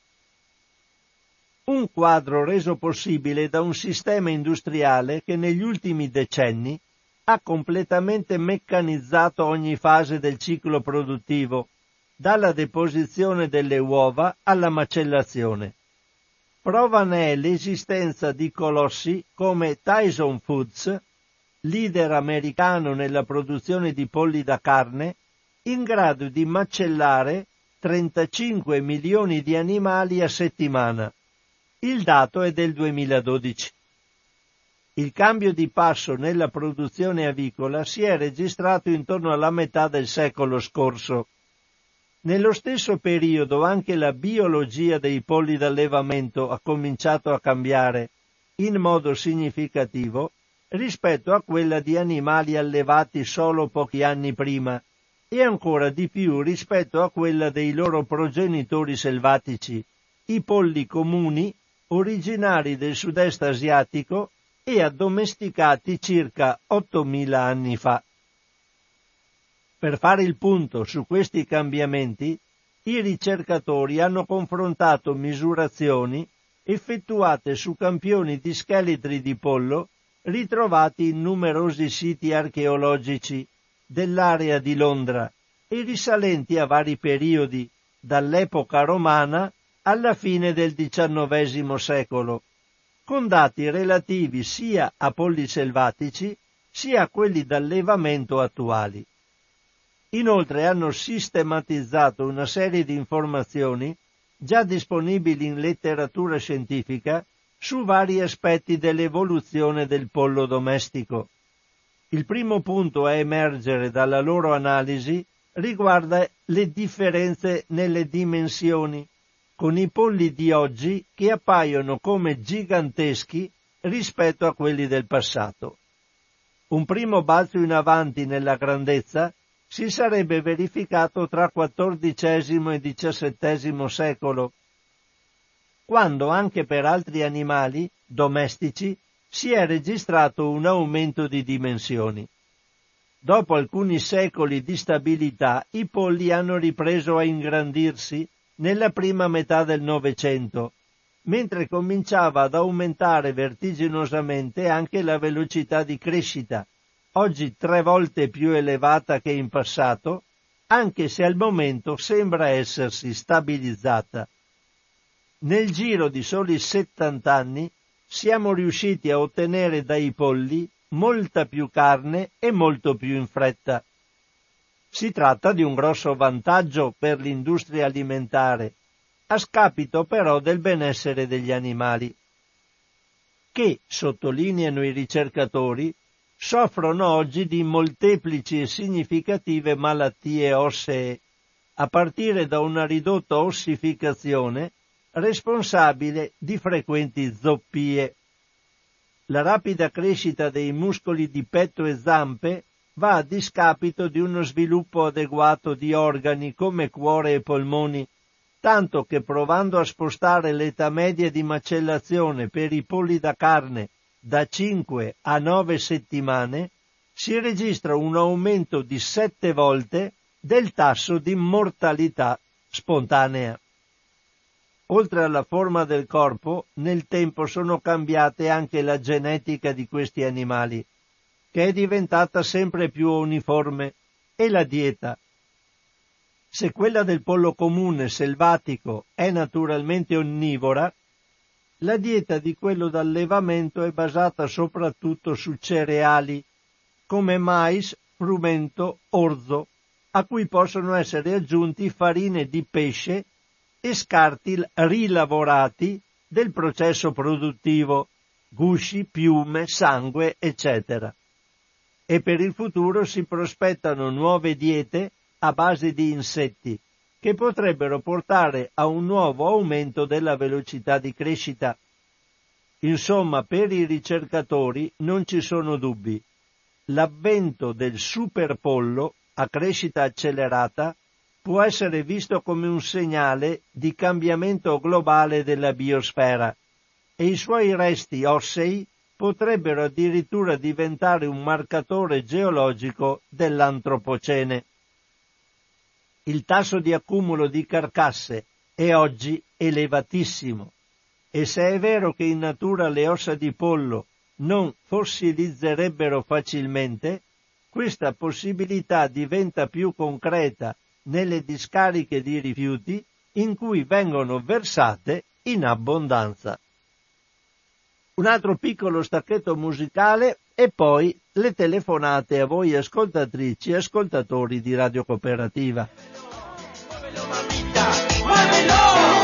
Un quadro reso possibile da un sistema industriale che negli ultimi decenni ha completamente meccanizzato ogni fase del ciclo produttivo, dalla deposizione delle uova alla macellazione. Prova ne è l'esistenza di colossi come Tyson Foods, leader americano nella produzione di polli da carne, in grado di macellare trentacinque milioni di animali a settimana. Il dato è del duemiladodici. Il cambio di passo nella produzione avicola si è registrato intorno alla metà del secolo scorso. Nello stesso periodo anche la biologia dei polli d'allevamento ha cominciato a cambiare in modo significativo rispetto a quella di animali allevati solo pochi anni prima e ancora di più rispetto a quella dei loro progenitori selvatici, i polli comuni originari del sud-est asiatico e addomesticati circa ottomila anni fa. Per fare il punto su questi cambiamenti, i ricercatori hanno confrontato misurazioni effettuate su campioni di scheletri di pollo ritrovati in numerosi siti archeologici dell'area di Londra e risalenti a vari periodi, dall'epoca romana alla fine del diciannovesimo secolo, con dati relativi sia a polli selvatici sia a quelli d'allevamento attuali. Inoltre hanno sistematizzato una serie di informazioni già disponibili in letteratura scientifica su vari aspetti dell'evoluzione del pollo domestico. Il primo punto a emergere dalla loro analisi riguarda le differenze nelle dimensioni, con i polli di oggi che appaiono come giganteschi rispetto a quelli del passato. Un primo balzo in avanti nella grandezza si sarebbe verificato tra quattordicesimo e diciassettesimo secolo, quando anche per altri animali domestici si è registrato un aumento di dimensioni. Dopo alcuni secoli di stabilità, i polli hanno ripreso a ingrandirsi nella prima metà del Novecento, mentre cominciava ad aumentare vertiginosamente anche la velocità di crescita, oggi tre volte più elevata che in passato, anche se al momento sembra essersi stabilizzata. Nel giro di soli settanta anni siamo riusciti a ottenere dai polli molta più carne e molto più in fretta. Si tratta di un grosso vantaggio per l'industria alimentare, a scapito però del benessere degli animali, che, sottolineano i ricercatori, soffrono oggi di molteplici e significative malattie ossee, a partire da una ridotta ossificazione responsabile di frequenti zoppie. La rapida crescita dei muscoli di petto e zampe va a discapito di uno sviluppo adeguato di organi come cuore e polmoni, tanto che provando a spostare l'età media di macellazione per i polli da carne da cinque a nove settimane, si registra un aumento di sette volte del tasso di mortalità spontanea. Oltre alla forma del corpo, nel tempo sono cambiate anche la genetica di questi animali, che è diventata sempre più uniforme, e la dieta. Se quella del pollo comune selvatico è naturalmente onnivora, la dieta di quello d'allevamento è basata soprattutto su cereali, come mais, frumento, orzo, a cui possono essere aggiunti farine di pesce e scarti rilavorati del processo produttivo, gusci, piume, sangue, eccetera. E per il futuro si prospettano nuove diete a base di insetti, che potrebbero portare a un nuovo aumento della velocità di crescita. Insomma, per i ricercatori non ci sono dubbi. L'avvento del superpollo a crescita accelerata può essere visto come un segnale di cambiamento globale della biosfera e i suoi resti ossei potrebbero addirittura diventare un marcatore geologico dell'antropocene. Il tasso di accumulo di carcasse è oggi elevatissimo e se è vero che in natura le ossa di pollo non fossilizzerebbero facilmente, questa possibilità diventa più concreta nelle discariche di rifiuti in cui vengono versate in abbondanza. Un altro piccolo stacchetto musicale e poi le telefonate a voi ascoltatrici e ascoltatori di Radio Cooperativa. Muovelo, mamita, muovelo!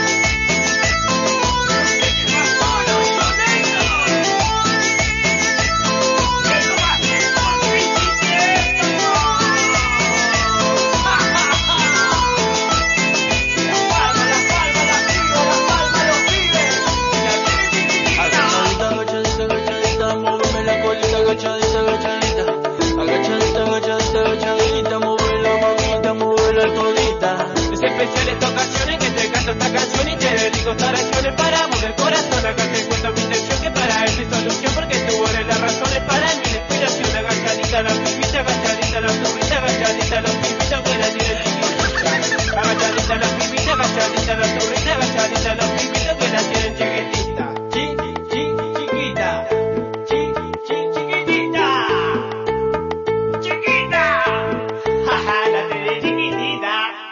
Especial esta ocasión en que te canto esta canción y te dedico esta oración para mover el corazón. Acá te cuento mi intención que para él mi solución, porque tú eres la razón, es para mí la inspiración. Agachadita la pibita, agachadita la turrita, agachadita los pibitos que la tienen chiquitita. Agachadita la pibita, agachadita la turrita, agachadita los pibitos que la tienen chiquitita. Chi, chi, chiquita. Chi, chi, chiquitita. Chiquita. Jaja, la tienen chiquitita.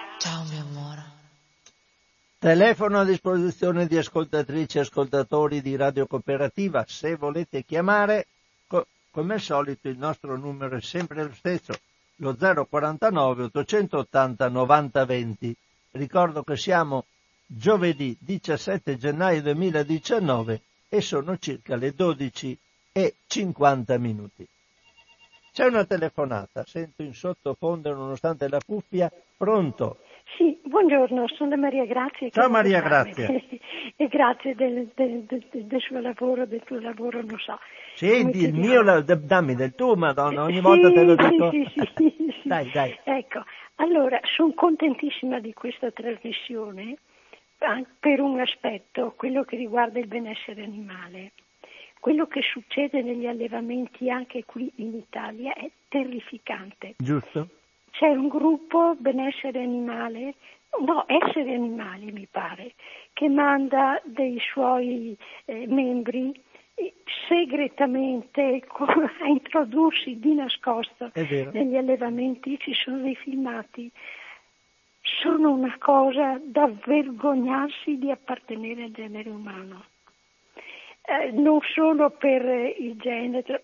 Telefono a disposizione di ascoltatrici e ascoltatori di Radio Cooperativa. Se volete chiamare, co- come al solito il nostro numero è sempre lo stesso, lo zero quarantanove ottocentottanta novanta venti. Ricordo che siamo giovedì diciassette gennaio duemiladiciannove e sono circa le dodici e cinquanta minuti. C'è una telefonata, sento in sottofondo nonostante la cuffia. Pronto? Sì, buongiorno, sono Maria Grazia. Ciao Maria Grazia. E grazie del, del, del, del suo lavoro, del tuo lavoro, non so. Sì, il mio, dammi del tuo, Madonna, ogni sì, volta te lo dico. Sì, sì, sì, sì. Dai, dai. Ecco, allora, sono contentissima di questa trasmissione per un aspetto, quello che riguarda il benessere animale. Quello che succede negli allevamenti anche qui in Italia è terrificante. Giusto? C'è un gruppo benessere animale, no, esseri animali mi pare, che manda dei suoi eh, membri eh, segretamente a introdursi di nascosto negli allevamenti. Ci sono dei filmati, sono una cosa da vergognarsi di appartenere al genere umano. Eh, non solo per eh, il genere,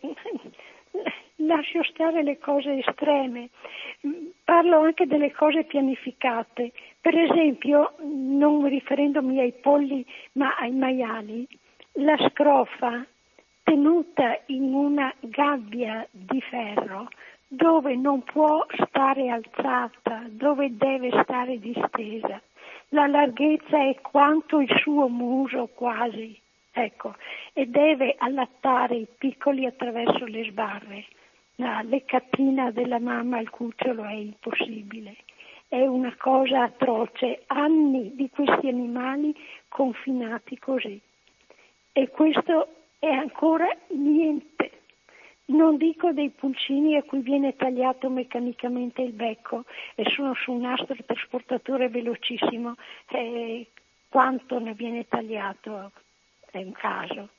lascio stare le cose estreme, parlo anche delle cose pianificate. Per esempio, non riferendomi ai polli ma ai maiali, la scrofa tenuta in una gabbia di ferro dove non può stare alzata, dove deve stare distesa. La larghezza è quanto il suo muso quasi. Ecco, e deve allattare i piccoli attraverso le sbarre. La leccatina della mamma al cucciolo è impossibile. È una cosa atroce. Anni di questi animali confinati così. E questo è ancora niente. Non dico dei pulcini a cui viene tagliato meccanicamente il becco e sono su un nastro trasportatore velocissimo, eh, quanto ne viene tagliato è un caso.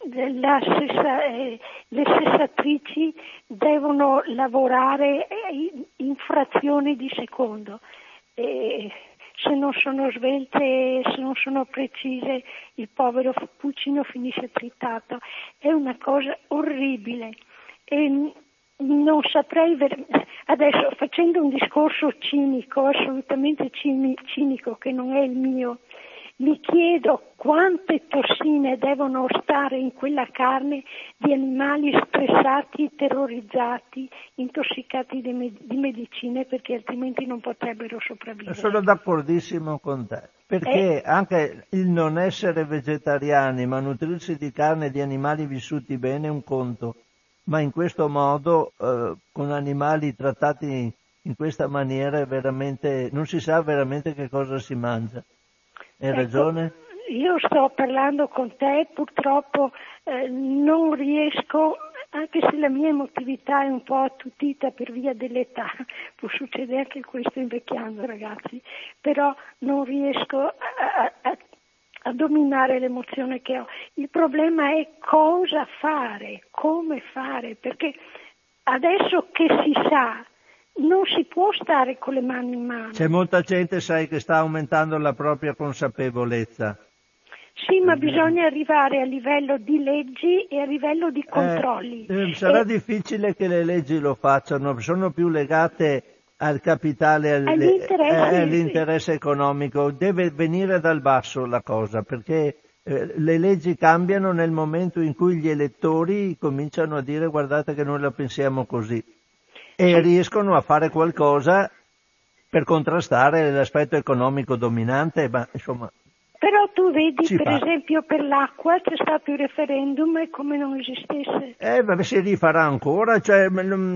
La sessa, eh, le sessatrici devono lavorare in frazioni di secondo. Eh, se non sono svelte, se non sono precise, il povero pulcino finisce tritato. È una cosa orribile. E non saprei, ver- adesso facendo un discorso cinico, assolutamente cinico, che non è il mio, mi chiedo quante tossine devono stare in quella carne di animali stressati, terrorizzati, intossicati di, med- di medicine, perché altrimenti non potrebbero sopravvivere. Sono d'accordissimo con te, perché eh. anche il non essere vegetariani, ma nutrirsi di carne di animali vissuti bene è un conto, ma in questo modo, eh, con animali trattati in questa maniera, è veramente non si sa veramente che cosa si mangia. Hai ecco, ragione? Io sto parlando con te, purtroppo eh, non riesco, anche se la mia emotività è un po' attutita per via dell'età, può succedere anche questo invecchiando, ragazzi, però non riesco a, a, a, a dominare l'emozione che ho. Il problema è cosa fare, come fare, perché adesso che si sa, non si può stare con le mani in mano. C'è molta gente, sai, che sta aumentando la propria consapevolezza. Sì, ma bisogna arrivare a livello di leggi e a livello di controlli. Eh, sarà e... difficile che le leggi lo facciano, sono più legate al capitale, all'interesse, eh, all'interesse economico. Deve venire dal basso la cosa, perché eh, le leggi cambiano nel momento in cui gli elettori cominciano a dire guardate che noi la pensiamo così. E sì. riescono a fare qualcosa per contrastare l'aspetto economico dominante, ma insomma. Però tu vedi, per fa. esempio, per l'acqua c'è stato il referendum e come non esistesse. Eh, vabbè, si rifarà ancora, cioè,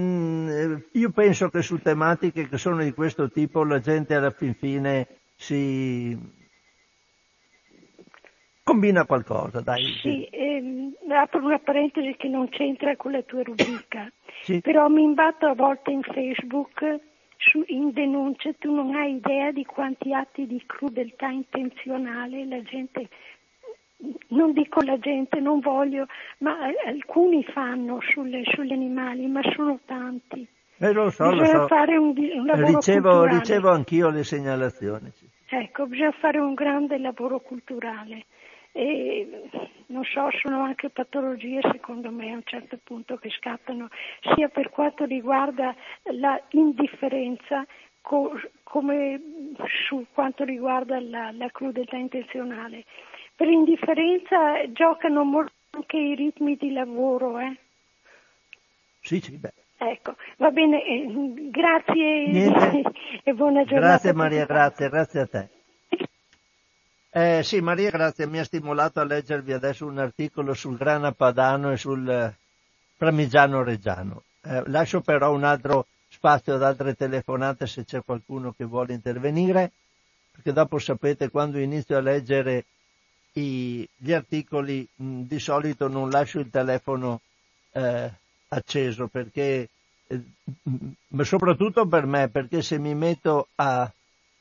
io penso che su tematiche che sono di questo tipo la gente alla fin fine si combina qualcosa, dai. Sì, ehm, apro una parentesi che non c'entra con la tua rubrica, sì. Però mi imbatto a volte in Facebook su, in denunce, tu non hai idea di quanti atti di crudeltà intenzionale la gente, non dico la gente, non voglio, ma alcuni fanno sulle, sugli animali, ma sono tanti. Eh, lo so, bisogna lo so. fare un, un lavoro ricevo, culturale. ricevo anch'io le segnalazioni. Sì. Ecco, bisogna fare un grande lavoro culturale. E non so, sono anche patologie secondo me a un certo punto che scattano sia per quanto riguarda la indifferenza co- come su quanto riguarda la, la crudeltà intenzionale. Per indifferenza giocano molto anche i ritmi di lavoro, eh? Sì, sì, beh. Ecco, va bene, eh, grazie Niente. e buona giornata. Grazie Maria, grazie, grazie a te. Eh, sì, Maria, grazie, mi ha stimolato a leggervi adesso un articolo sul grana padano e sul eh, parmigiano reggiano. Eh, lascio però un altro spazio ad altre telefonate se c'è qualcuno che vuole intervenire, perché dopo sapete quando inizio a leggere i, gli articoli mh, di solito non lascio il telefono eh, acceso, perché eh, ma soprattutto per me, perché se mi metto a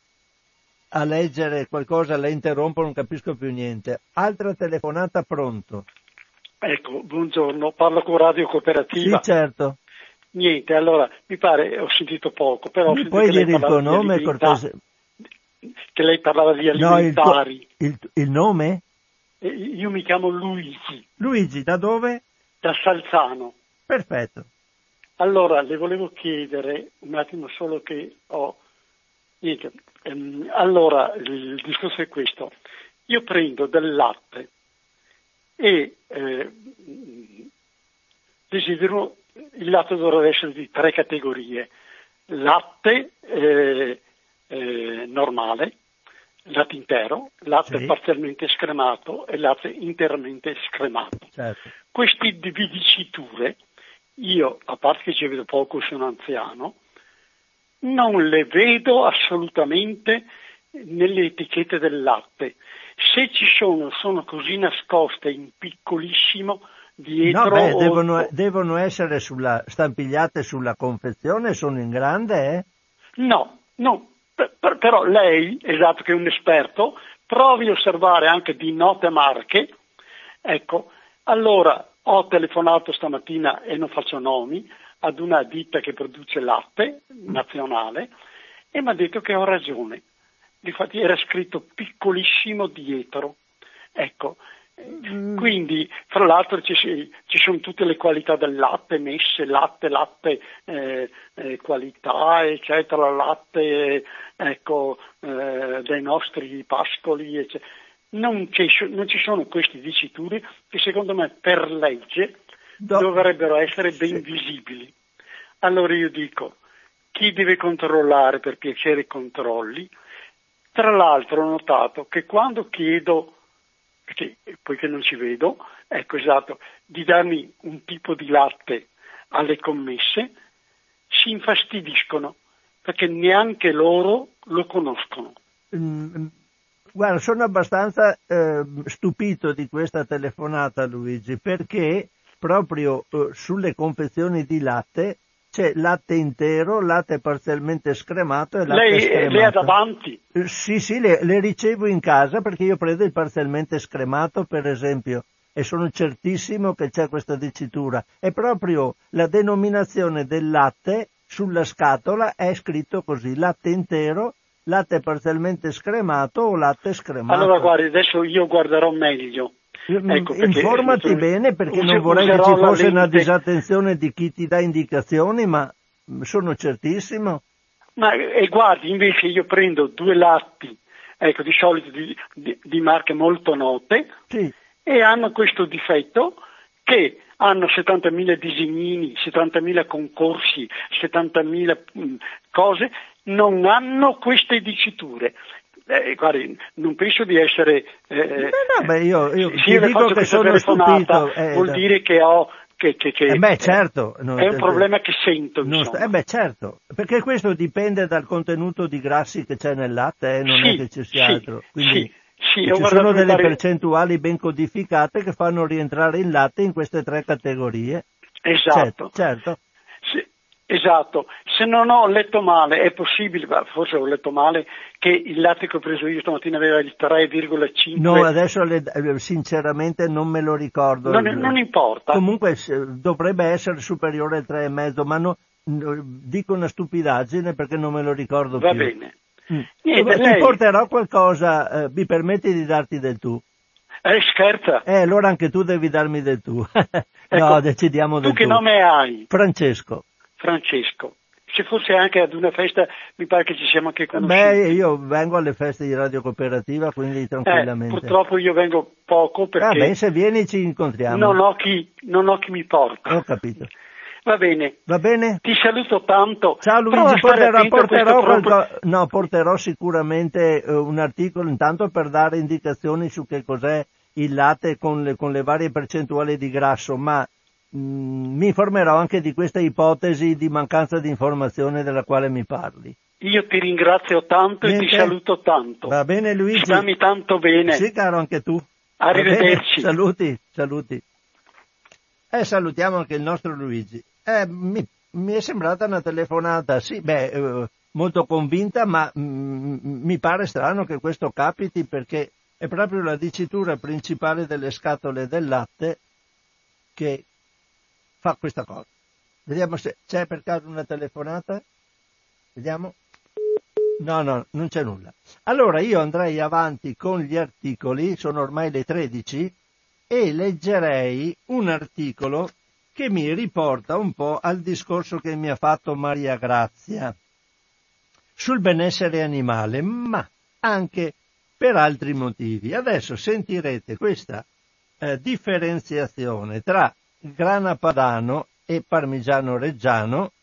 a leggere qualcosa la interrompo, non capisco più niente. Altra telefonata, pronto? Ecco, buongiorno, parlo con Radio Cooperativa. Sì, certo. Niente, allora, mi pare, ho sentito poco, però... Mi puoi dire il tuo nome, cortese? Che lei parlava di alimentari. No, il, il, il nome? Eh, io mi chiamo Luigi. Luigi, da dove? Da Salzano. Perfetto. Allora, le volevo chiedere, un attimo solo che ho... Niente, ehm, allora il discorso è questo, io prendo del latte e eh, desidero, il latte dovrebbe essere di tre categorie, latte eh, eh, normale, latte intero, latte sì. parzialmente scremato e latte interamente scremato. Certo. Queste diciture, io, a parte che ci vedo poco, sono anziano, non le vedo assolutamente nelle etichette del latte. Se ci sono, sono così nascoste in piccolissimo, dietro. No, beh, o... devono, devono essere sulla, stampigliate sulla confezione, sono in grande, eh? No, no, per, per, però lei, esatto, che è un esperto, provi a osservare anche di note marche. Ecco, allora ho telefonato stamattina, e non faccio nomi, ad una ditta che produce latte nazionale e mi ha detto che ho ragione. Difatti era scritto piccolissimo dietro. Ecco, mm. Quindi fra l'altro ci, ci sono tutte le qualità del latte messe, latte, latte eh, eh, qualità, eccetera, latte ecco, eh, dei nostri pascoli, eccetera. Non ci, non ci sono queste diciture che secondo me per legge Do- dovrebbero essere ben sì. visibili. Allora io dico, chi deve controllare per piacere controlli. Tra l'altro ho notato che quando chiedo, che, poiché non ci vedo, ecco esatto, di darmi un tipo di latte alle commesse, si infastidiscono perché neanche loro lo conoscono. Mm. Guarda, sono abbastanza eh, stupito di questa telefonata, Luigi, perché proprio eh, sulle confezioni di latte c'è latte intero, latte parzialmente scremato e latte lei, scremato. Lei ha davanti? Eh, sì, sì, le, le ricevo in casa perché io prendo il parzialmente scremato, per esempio, e sono certissimo che c'è questa dicitura. E proprio la denominazione del latte sulla scatola è scritto così, latte intero, latte parzialmente scremato o latte scremato. Allora guardi, adesso io guarderò meglio. Ecco, informati perché, bene perché us- non vorrei che ci fosse lente. una disattenzione di chi ti dà indicazioni, ma sono certissimo. Ma e guardi, invece io prendo due latti, ecco, di solito di, di, di marche molto note, sì. E hanno questo difetto che hanno settantamila disegnini, settantamila concorsi, settantamila mh, cose, non hanno queste diciture. Eh, guardi, non penso di essere eh, no, no, beh, io, io se io le faccio questa telefonata eh, vuol da... dire che ho che, che, che eh beh, certo, è, non, è un problema che sento non sta, eh beh certo, perché questo dipende dal contenuto di grassi che c'è nel latte, eh, non sì, è che ci sia sì, altro. Quindi sì. Sì, ci sono delle pare... percentuali ben codificate che fanno rientrare il latte in queste tre categorie. Esatto. Certo. certo. Sì, esatto. Se non ho letto male, è possibile, forse ho letto male, che il latte che ho preso io stamattina aveva il tre virgola cinque. No, adesso le, sinceramente non me lo ricordo. Non, non importa. Comunque dovrebbe essere superiore al tre virgola cinque, ma no, dico una stupidaggine perché non me lo ricordo Va più. Va bene. Mm. Niente, Ti lei... porterò qualcosa, eh, mi permetti di darti del tu? Eh, scherza. Eh, allora anche tu devi darmi del tu. no, ecco, decidiamo del tu. Tu che tu. nome hai? Francesco. Francesco. Se fosse anche ad una festa, mi pare che ci siamo anche conosciuti. Beh, io vengo alle feste di Radio Cooperativa, quindi tranquillamente. Eh, purtroppo io vengo poco perché... Ah, beh, se vieni ci incontriamo. Non ho chi, non ho chi mi porta. Ho capito. Va bene. Va bene? Ti saluto tanto. Ciao Luigi, porterò, porterò, qualco... no, porterò sicuramente uh, un articolo intanto per dare indicazioni su che cos'è il latte con le, con le varie percentuali di grasso, ma mh, mi informerò anche di questa ipotesi di mancanza di informazione della quale mi parli. Io ti ringrazio tanto Niente. E ti saluto tanto. Va bene Luigi. Stammi tanto bene. Sì, caro, anche tu. Arrivederci. Saluti, saluti. E salutiamo anche il nostro Luigi. Eh, mi, mi è sembrata una telefonata, sì, beh, eh, molto convinta, ma mm, mi pare strano che questo capiti perché è proprio la dicitura principale delle scatole del latte che fa questa cosa. Vediamo se c'è per caso una telefonata. Vediamo. No, no, non c'è nulla. Allora io andrei avanti con gli articoli, sono ormai le tredici, e leggerei un articolo che mi riporta un po' al discorso che mi ha fatto Maria Grazia sul benessere animale, ma anche per altri motivi. Adesso sentirete questa eh, differenziazione tra grana padano e parmigiano reggiano,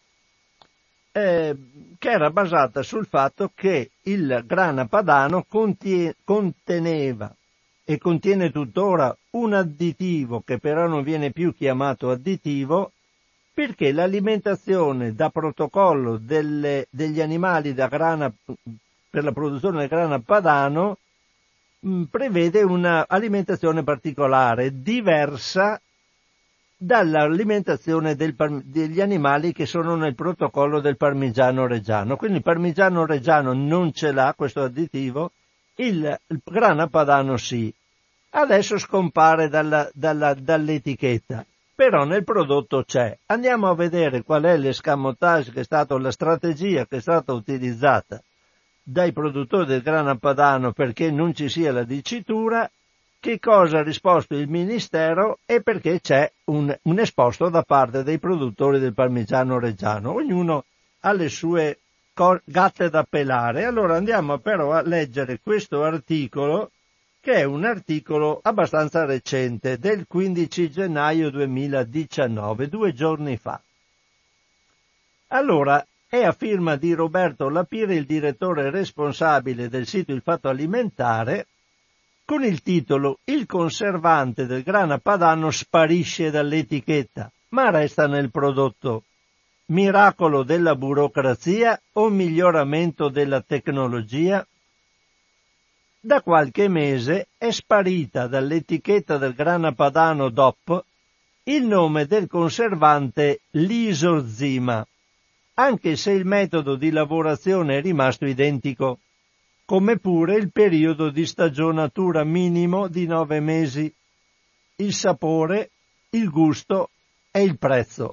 eh, che era basata sul fatto che il grana padano contie- conteneva e contiene tuttora un additivo che però non viene più chiamato additivo perché l'alimentazione da protocollo delle, degli animali da grana, per la produzione del grana padano mh, prevede una alimentazione particolare, diversa dall'alimentazione del, degli animali che sono nel protocollo del Parmigiano Reggiano. Quindi il Parmigiano Reggiano non ce l'ha questo additivo, il, il Grana Padano sì. Adesso scompare dalla, dalla, dall'etichetta, però nel prodotto c'è. Andiamo a vedere qual è l'escamotage, che è stata la strategia che è stata utilizzata dai produttori del Grana Padano perché non ci sia la dicitura, che cosa ha risposto il Ministero e perché c'è un, un esposto da parte dei produttori del Parmigiano Reggiano. Ognuno ha le sue co- gatte da pelare. Allora andiamo però a leggere questo articolo, che è un articolo abbastanza recente, del quindici gennaio duemiladiciannove, due giorni fa. Allora, è a firma di Roberto Lapire, il direttore responsabile del sito Il Fatto Alimentare, con il titolo «Il conservante del Grana Padano sparisce dall'etichetta, ma resta nel prodotto. Miracolo della burocrazia o miglioramento della tecnologia?» Da qualche mese è sparita dall'etichetta del Grana Padano D O P il nome del conservante lisozima, anche se il metodo di lavorazione è rimasto identico, come pure il periodo di stagionatura minimo di nove mesi, il sapore, il gusto e il prezzo.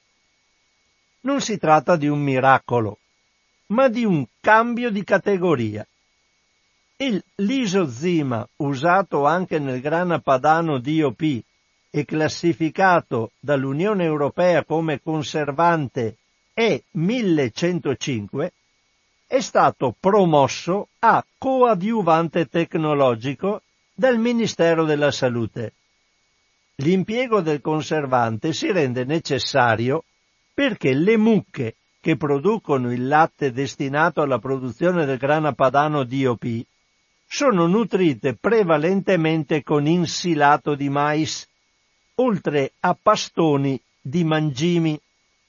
Non si tratta di un miracolo, ma di un cambio di categoria. Il lisozima, usato anche nel Grana Padano D O P e classificato dall'Unione Europea come conservante E millecentocinque, è stato promosso a coadiuvante tecnologico dal Ministero della Salute. L'impiego del conservante si rende necessario perché le mucche che producono il latte destinato alla produzione del Grana Padano D O P sono nutrite prevalentemente con insilato di mais, oltre a pastoni di mangimi.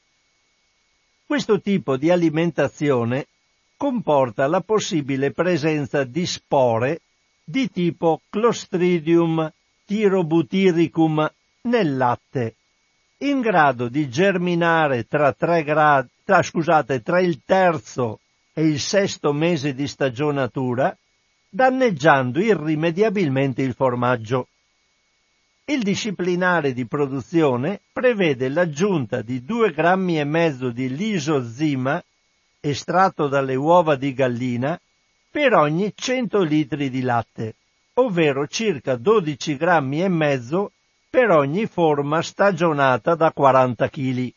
Questo tipo di alimentazione comporta la possibile presenza di spore di tipo Clostridium thyrobutiricum nel latte, in grado di germinare tra, tre gradi, tra, scusate, tra il terzo e il sesto mese di stagionatura, danneggiando irrimediabilmente il formaggio. Il disciplinare di produzione prevede l'aggiunta di due grammi e mezzo di lisozima estratto dalle uova di gallina per ogni cento litri di latte, ovvero circa dodici grammi e mezzo per ogni forma stagionata da quaranta chili.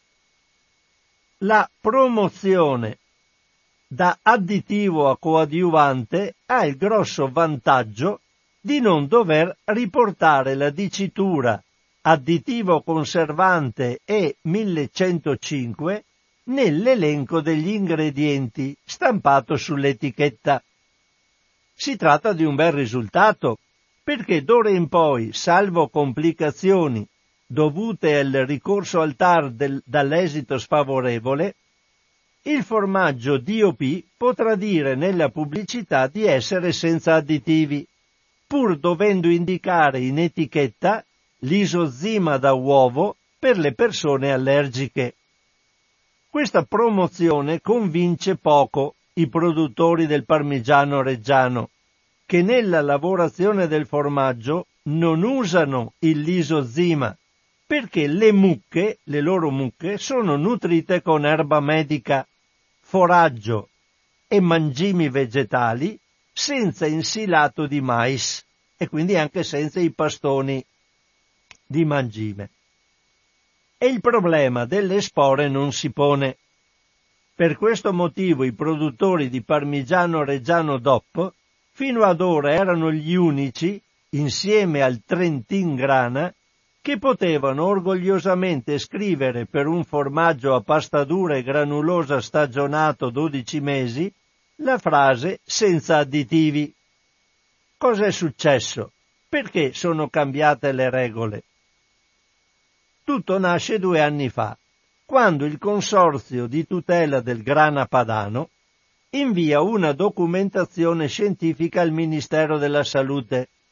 La promozione da additivo a coadiuvante ha il grosso vantaggio di non dover riportare la dicitura additivo conservante E millecentocinque nell'elenco degli ingredienti stampato sull'etichetta. Si tratta di un bel risultato, perché d'ora in poi, salvo complicazioni dovute al ricorso al T A R del, dall'esito sfavorevole, il formaggio D O P potrà dire nella pubblicità di essere senza additivi, pur dovendo indicare in etichetta lisozima da uovo per le persone allergiche. Questa promozione convince poco i produttori del Parmigiano Reggiano, che nella lavorazione del formaggio non usano il lisozima, perché le mucche, le loro mucche, sono nutrite con erba medica, foraggio e mangimi vegetali senza insilato di mais e quindi anche senza i pastoni di mangime. E il problema delle spore non si pone. Per questo motivo i produttori di Parmigiano Reggiano D O P fino ad ora erano gli unici, insieme al Trentin Grana, che potevano orgogliosamente scrivere per un formaggio a pasta dura e granulosa stagionato dodici mesi la frase senza additivi. Cos'è successo? Perché sono cambiate le regole? Tutto nasce due anni fa, quando il Consorzio di tutela del Grana Padano invia una documentazione scientifica al Ministero della Salute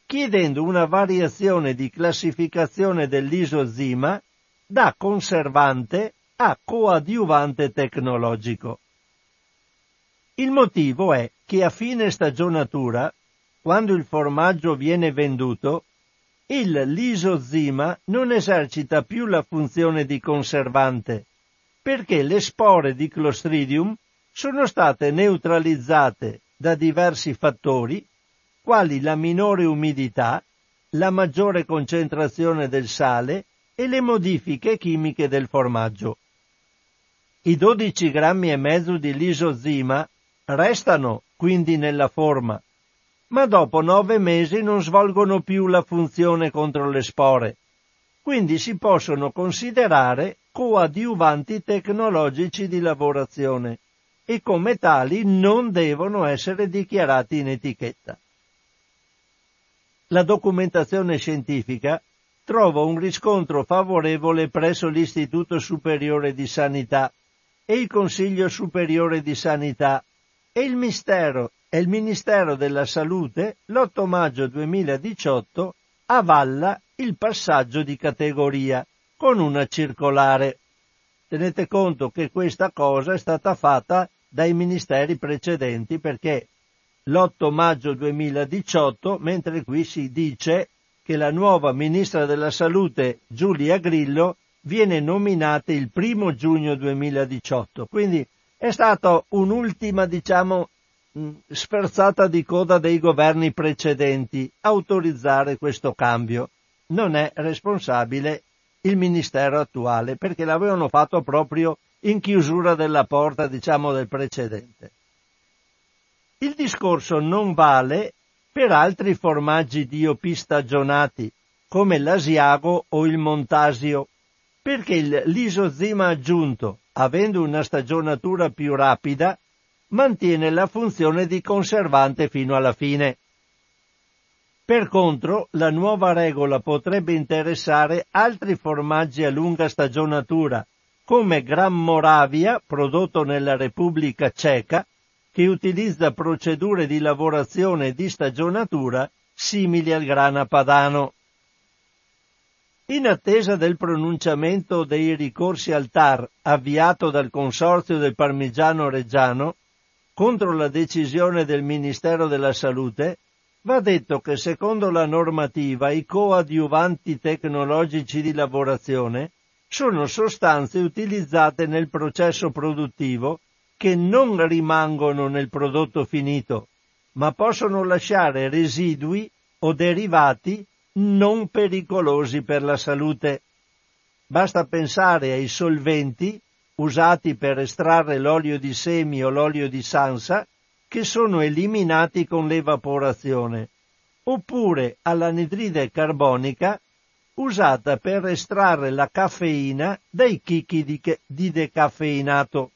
chiedendo una variazione di classificazione dell'isozima da conservante a coadiuvante tecnologico. Il motivo è che a fine stagionatura, quando il formaggio viene venduto, il lisozima non esercita più la funzione di conservante, perché le spore di Clostridium sono state neutralizzate da diversi fattori, quali la minore umidità, la maggiore concentrazione del sale e le modifiche chimiche del formaggio. I dodici grammi e mezzo di lisozima restano quindi nella forma, ma dopo nove mesi non svolgono più la funzione contro le spore, quindi si possono considerare coadiuvanti tecnologici di lavorazione e come tali non devono essere dichiarati in etichetta. La documentazione scientifica trova un riscontro favorevole presso l'Istituto Superiore di Sanità e il Consiglio Superiore di Sanità e il Ministero, e il Ministero della Salute l'otto maggio duemiladiciotto avalla il passaggio di categoria con una circolare. Tenete conto che questa cosa è stata fatta dai ministeri precedenti, perché l'otto maggio duemiladiciotto, mentre qui si dice che la nuova ministra della Salute, Giulia Grillo, viene nominata il primo giugno duemiladiciotto. Quindi è stata un'ultima, diciamo, sferzata di coda dei governi precedenti autorizzare questo cambio. Non è responsabile il ministero attuale, perché l'avevano fatto proprio in chiusura della porta, diciamo, del precedente. Il discorso non vale per altri formaggi D O P stagionati, come l'Asiago o il Montasio, perché il lisozima aggiunto, avendo una stagionatura più rapida, mantiene la funzione di conservante fino alla fine. Per contro, la nuova regola potrebbe interessare altri formaggi a lunga stagionatura, come Gran Moravia, prodotto nella Repubblica Ceca, che utilizza procedure di lavorazione e di stagionatura simili al grana padano. In attesa del pronunciamento dei ricorsi al T A R avviato dal Consorzio del Parmigiano Reggiano contro la decisione del Ministero della Salute, va detto che secondo la normativa i coadiuvanti tecnologici di lavorazione sono sostanze utilizzate nel processo produttivo che non rimangono nel prodotto finito, ma possono lasciare residui o derivati non pericolosi per la salute. Basta pensare ai solventi usati per estrarre l'olio di semi o l'olio di sansa, che sono eliminati con l'evaporazione, oppure all'anidride carbonica usata per estrarre la caffeina dai chicchi di, di decaffeinato.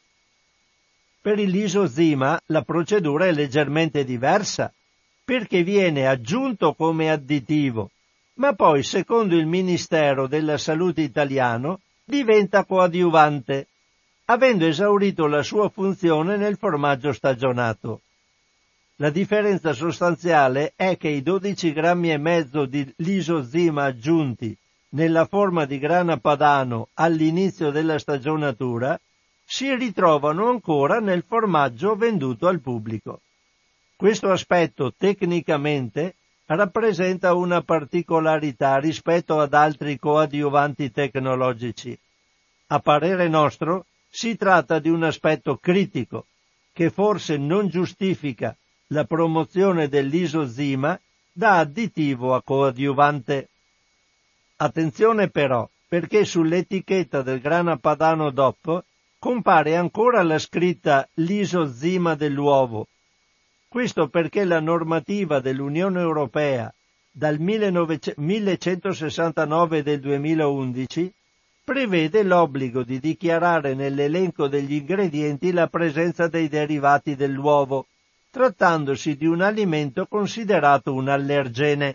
Per il lisozima la procedura è leggermente diversa, perché viene aggiunto come additivo, ma poi, secondo il Ministero della Salute italiano, diventa coadiuvante, avendo esaurito la sua funzione nel formaggio stagionato. La differenza sostanziale è che i dodici grammi e mezzo di lisozima aggiunti nella forma di grana padano all'inizio della stagionatura si ritrovano ancora nel formaggio venduto al pubblico. Questo aspetto tecnicamente rappresenta una particolarità rispetto ad altri coadiuvanti tecnologici. A parere nostro si tratta di un aspetto critico che forse non giustifica la promozione dell'isozima da additivo a coadiuvante. Attenzione però, perché sull'etichetta del grana padano D O P compare ancora la scritta lisozima dell'uovo. Questo perché la normativa dell'Unione Europea dal millecentosessantanove del duemilaundici prevede l'obbligo di dichiarare nell'elenco degli ingredienti la presenza dei derivati dell'uovo, trattandosi di un alimento considerato un allergene.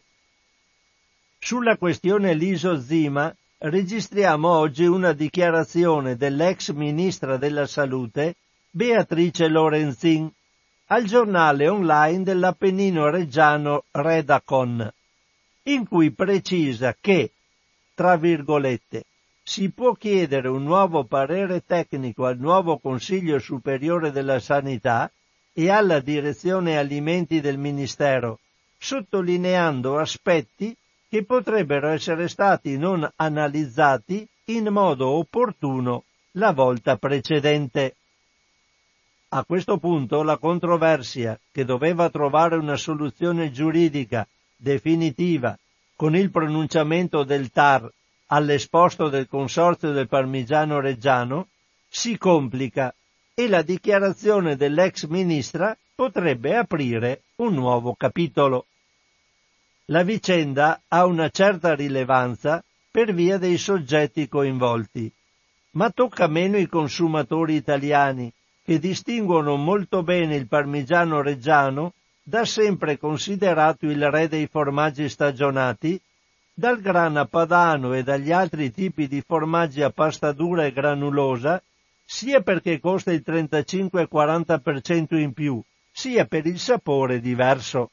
Sulla questione lisozima registriamo oggi una dichiarazione dell'ex ministra della Salute, Beatrice Lorenzin, al giornale online dell'Appennino Reggiano Redacon, in cui precisa che, tra virgolette, si può chiedere un nuovo parere tecnico al nuovo Consiglio Superiore della Sanità e alla Direzione Alimenti del Ministero, sottolineando aspetti che potrebbero essere stati non analizzati in modo opportuno la volta precedente. A questo punto la controversia, che doveva trovare una soluzione giuridica definitiva con il pronunciamento del T A R all'esposto del Consorzio del Parmigiano Reggiano, si complica e la dichiarazione dell'ex ministra potrebbe aprire un nuovo capitolo. La vicenda ha una certa rilevanza per via dei soggetti coinvolti, ma tocca meno i consumatori italiani, che distinguono molto bene il Parmigiano Reggiano, da sempre considerato il re dei formaggi stagionati, dal grana padano e dagli altri tipi di formaggi a pasta dura e granulosa, sia perché costa il trentacinque quaranta per cento in più, sia per il sapore diverso.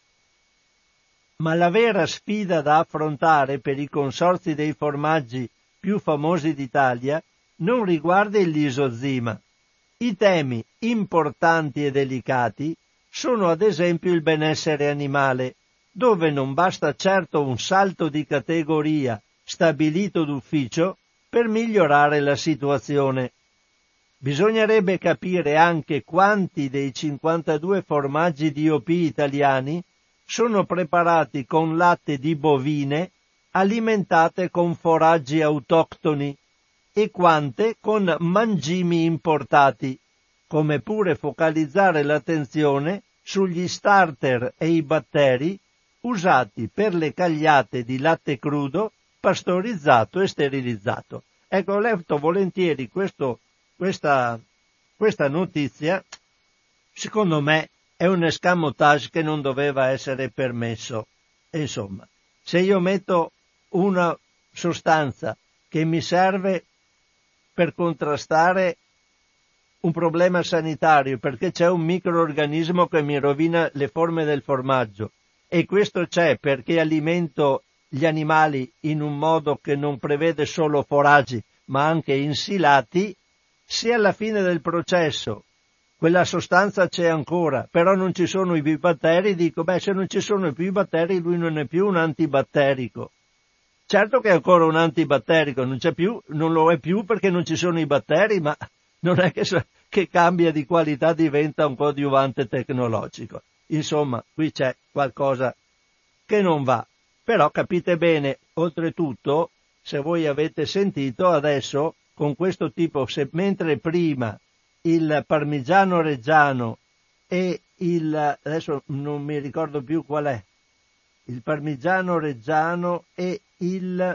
Ma la vera sfida da affrontare per i consorzi dei formaggi più famosi d'Italia non riguarda il lisozima. I temi importanti e delicati sono ad esempio il benessere animale, dove non basta certo un salto di categoria stabilito d'ufficio per migliorare la situazione. Bisognerebbe capire anche quanti dei cinquantadue formaggi D O P italiani sono preparati con latte di bovine alimentate con foraggi autoctoni e quante con mangimi importati, come pure focalizzare l'attenzione sugli starter e i batteri usati per le cagliate di latte crudo, pastorizzato e sterilizzato. Ecco, ho letto volentieri questo, questa, questa notizia, secondo me è un escamotage che non doveva essere permesso. E insomma, se io metto una sostanza che mi serve per contrastare un problema sanitario, perché c'è un microorganismo che mi rovina le forme del formaggio, e questo c'è perché alimento gli animali in un modo che non prevede solo foraggi, ma anche insilati, se alla fine del processo quella sostanza c'è ancora, però non ci sono i batteri, dico, beh, se non ci sono più i batteri, lui non è più un antibatterico. Certo che è ancora un antibatterico, non c'è più, non lo è più perché non ci sono i batteri, ma non è che, che cambia di qualità, diventa un coadiuvante tecnologico. Insomma, qui c'è qualcosa che non va. Però capite bene, oltretutto, se voi avete sentito adesso, con questo tipo, se mentre prima il Parmigiano Reggiano e il, adesso non mi ricordo più qual è, il Parmigiano Reggiano e il,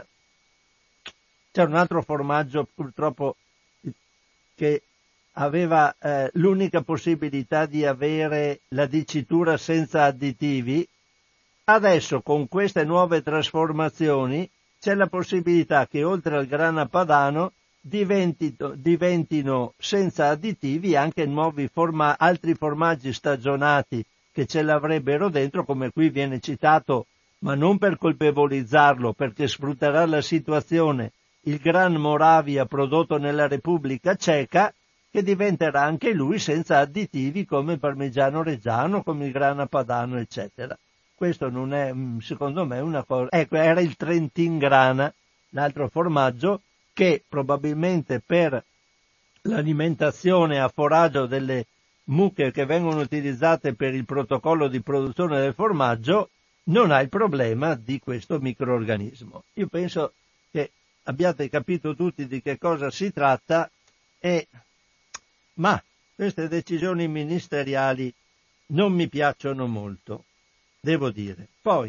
c'è un altro formaggio purtroppo che aveva eh, l'unica possibilità di avere la dicitura senza additivi, adesso con queste nuove trasformazioni c'è la possibilità che oltre al grana padano diventino, diventino senza additivi anche nuovi forma, altri formaggi stagionati che ce l'avrebbero dentro, come qui viene citato, ma non per colpevolizzarlo, perché sfrutterà la situazione, il Gran Moravia prodotto nella Repubblica Ceca, che diventerà anche lui senza additivi come il Parmigiano Reggiano, come il grana padano, eccetera. Questo non è, secondo me, una cosa. Ecco, era il Trentin Grana, l'altro formaggio che probabilmente per l'alimentazione a foraggio delle mucche che vengono utilizzate per il protocollo di produzione del formaggio non ha il problema di questo microorganismo. Io penso che abbiate capito tutti di che cosa si tratta, e ma queste decisioni ministeriali non mi piacciono molto, devo dire. Poi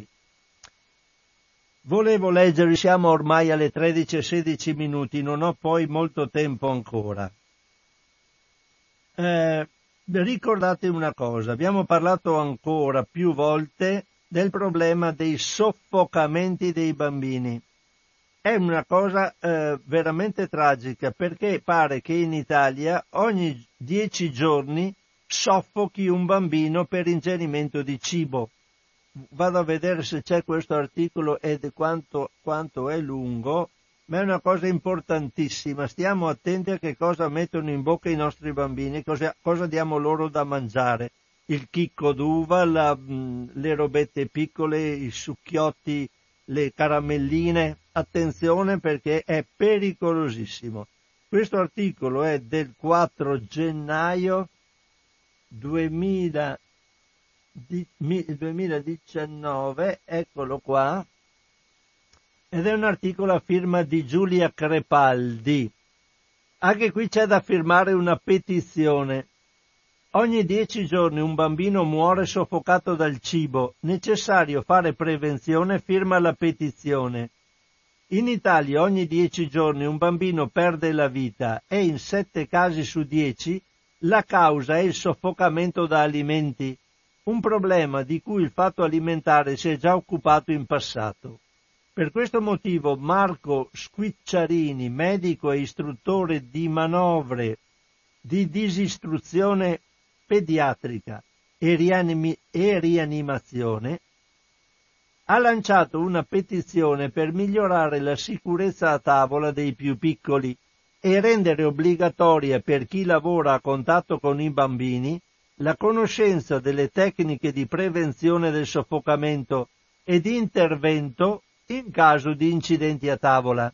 volevo leggere, siamo ormai alle tredici e sedici minuti, non ho poi molto tempo ancora. Eh, ricordate una cosa, abbiamo parlato ancora più volte del problema dei soffocamenti dei bambini. È una cosa eh, veramente tragica, perché pare che in Italia ogni dieci giorni soffochi un bambino per ingerimento di cibo. Vado a vedere se c'è questo articolo e di quanto, quanto è lungo, ma è una cosa importantissima. Stiamo attenti a che cosa mettono in bocca i nostri bambini, cosa, cosa diamo loro da mangiare. Il chicco d'uva, la, mh, le robette piccole, i succhiotti, le caramelline. Attenzione perché è pericolosissimo. Questo articolo è del quattro gennaio duemiladiciannove, eccolo qua, ed è un articolo a firma di Giulia Crepaldi. Anche qui c'è da firmare una petizione. Ogni dieci giorni un bambino muore soffocato dal cibo, necessario fare prevenzione, firma la petizione. In Italia ogni dieci giorni un bambino perde la vita e in sette casi su dieci la causa è il soffocamento da alimenti, un problema di cui il fatto alimentare si è già occupato in passato. Per questo motivo Marco Squicciarini, medico e istruttore di manovre di disistruzione pediatrica e, rianimi- e rianimazione, ha lanciato una petizione per migliorare la sicurezza a tavola dei più piccoli e rendere obbligatoria per chi lavora a contatto con i bambini la conoscenza delle tecniche di prevenzione del soffocamento e di intervento in caso di incidenti a tavola.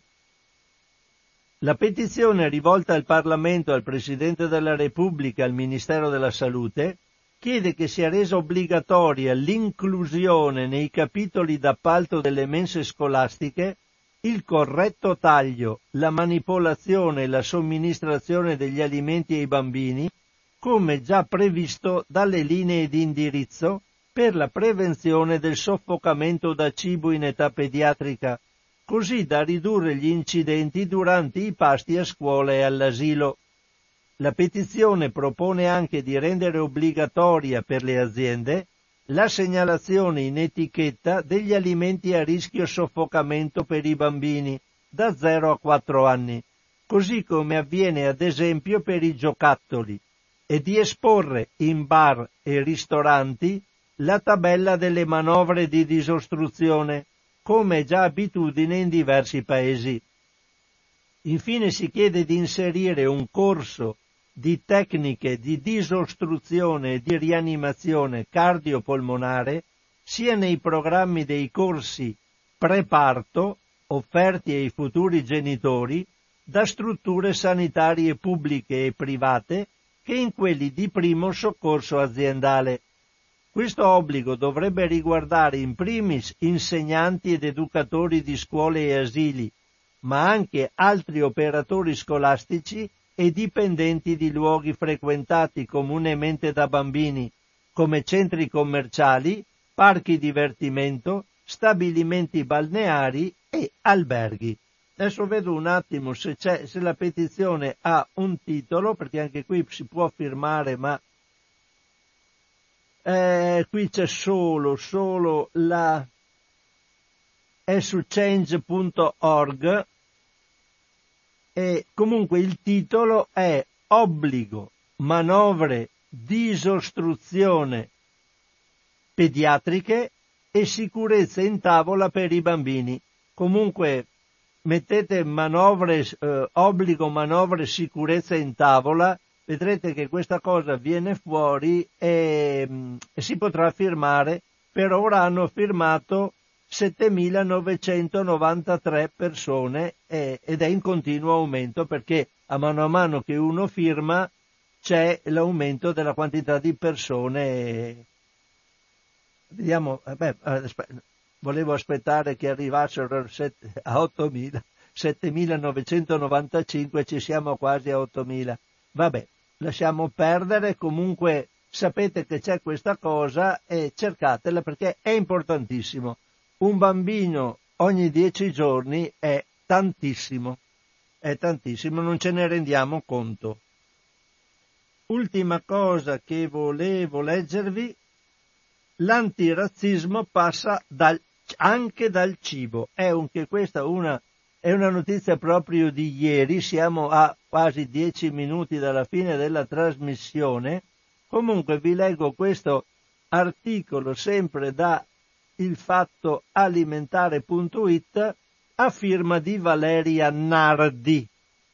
La petizione rivolta al Parlamento, al Presidente della Repubblica e al Ministero della Salute chiede che sia resa obbligatoria l'inclusione nei capitoli d'appalto delle mense scolastiche il corretto taglio, la manipolazione e la somministrazione degli alimenti ai bambini, come già previsto dalle linee di indirizzo per la prevenzione del soffocamento da cibo in età pediatrica, così da ridurre gli incidenti durante i pasti a scuola e all'asilo. La petizione propone anche di rendere obbligatoria per le aziende la segnalazione in etichetta degli alimenti a rischio soffocamento per i bambini da zero a quattro anni, così come avviene ad esempio per i giocattoli, e di esporre in bar e ristoranti la tabella delle manovre di disostruzione, come è già abitudine in diversi paesi. Infine si chiede di inserire un corso di tecniche di disostruzione e di rianimazione cardiopolmonare sia nei programmi dei corsi preparto offerti ai futuri genitori da strutture sanitarie pubbliche e private che in quelli di primo soccorso aziendale. Questo obbligo dovrebbe riguardare in primis insegnanti ed educatori di scuole e asili, ma anche altri operatori scolastici e dipendenti di luoghi frequentati comunemente da bambini, come centri commerciali, parchi divertimento, stabilimenti balneari e alberghi. Adesso vedo un attimo se, c'è, se la petizione ha un titolo, perché anche qui si può firmare, ma eh, qui c'è solo, solo la... è su change punto org. E comunque il titolo è Obbligo, manovre, disostruzione pediatriche e sicurezza in tavola per i bambini. Comunque mettete manovre, eh, obbligo, manovre, sicurezza in tavola, vedrete che questa cosa viene fuori e, e si potrà firmare. Per ora hanno firmato settemilanovecentonovantatré persone eh, ed è in continuo aumento, perché a mano a mano che uno firma c'è l'aumento della quantità di persone. Vediamo, eh, beh, aspe- volevo aspettare che arrivassero a ottomila, settemilanovecentonovantacinque, ci siamo quasi a ottomila. Vabbè, lasciamo perdere, comunque sapete che c'è questa cosa e cercatela perché è importantissimo. Un bambino ogni dieci giorni è tantissimo, è tantissimo, non ce ne rendiamo conto. Ultima cosa che volevo leggervi, l'antirazzismo passa dal, anche dal cibo. È anche questa una, è una notizia proprio di ieri, siamo a quasi dieci minuti dalla fine della trasmissione. Comunque vi leggo questo articolo sempre da il fatto alimentare punto it a firma di Valeria Nardi.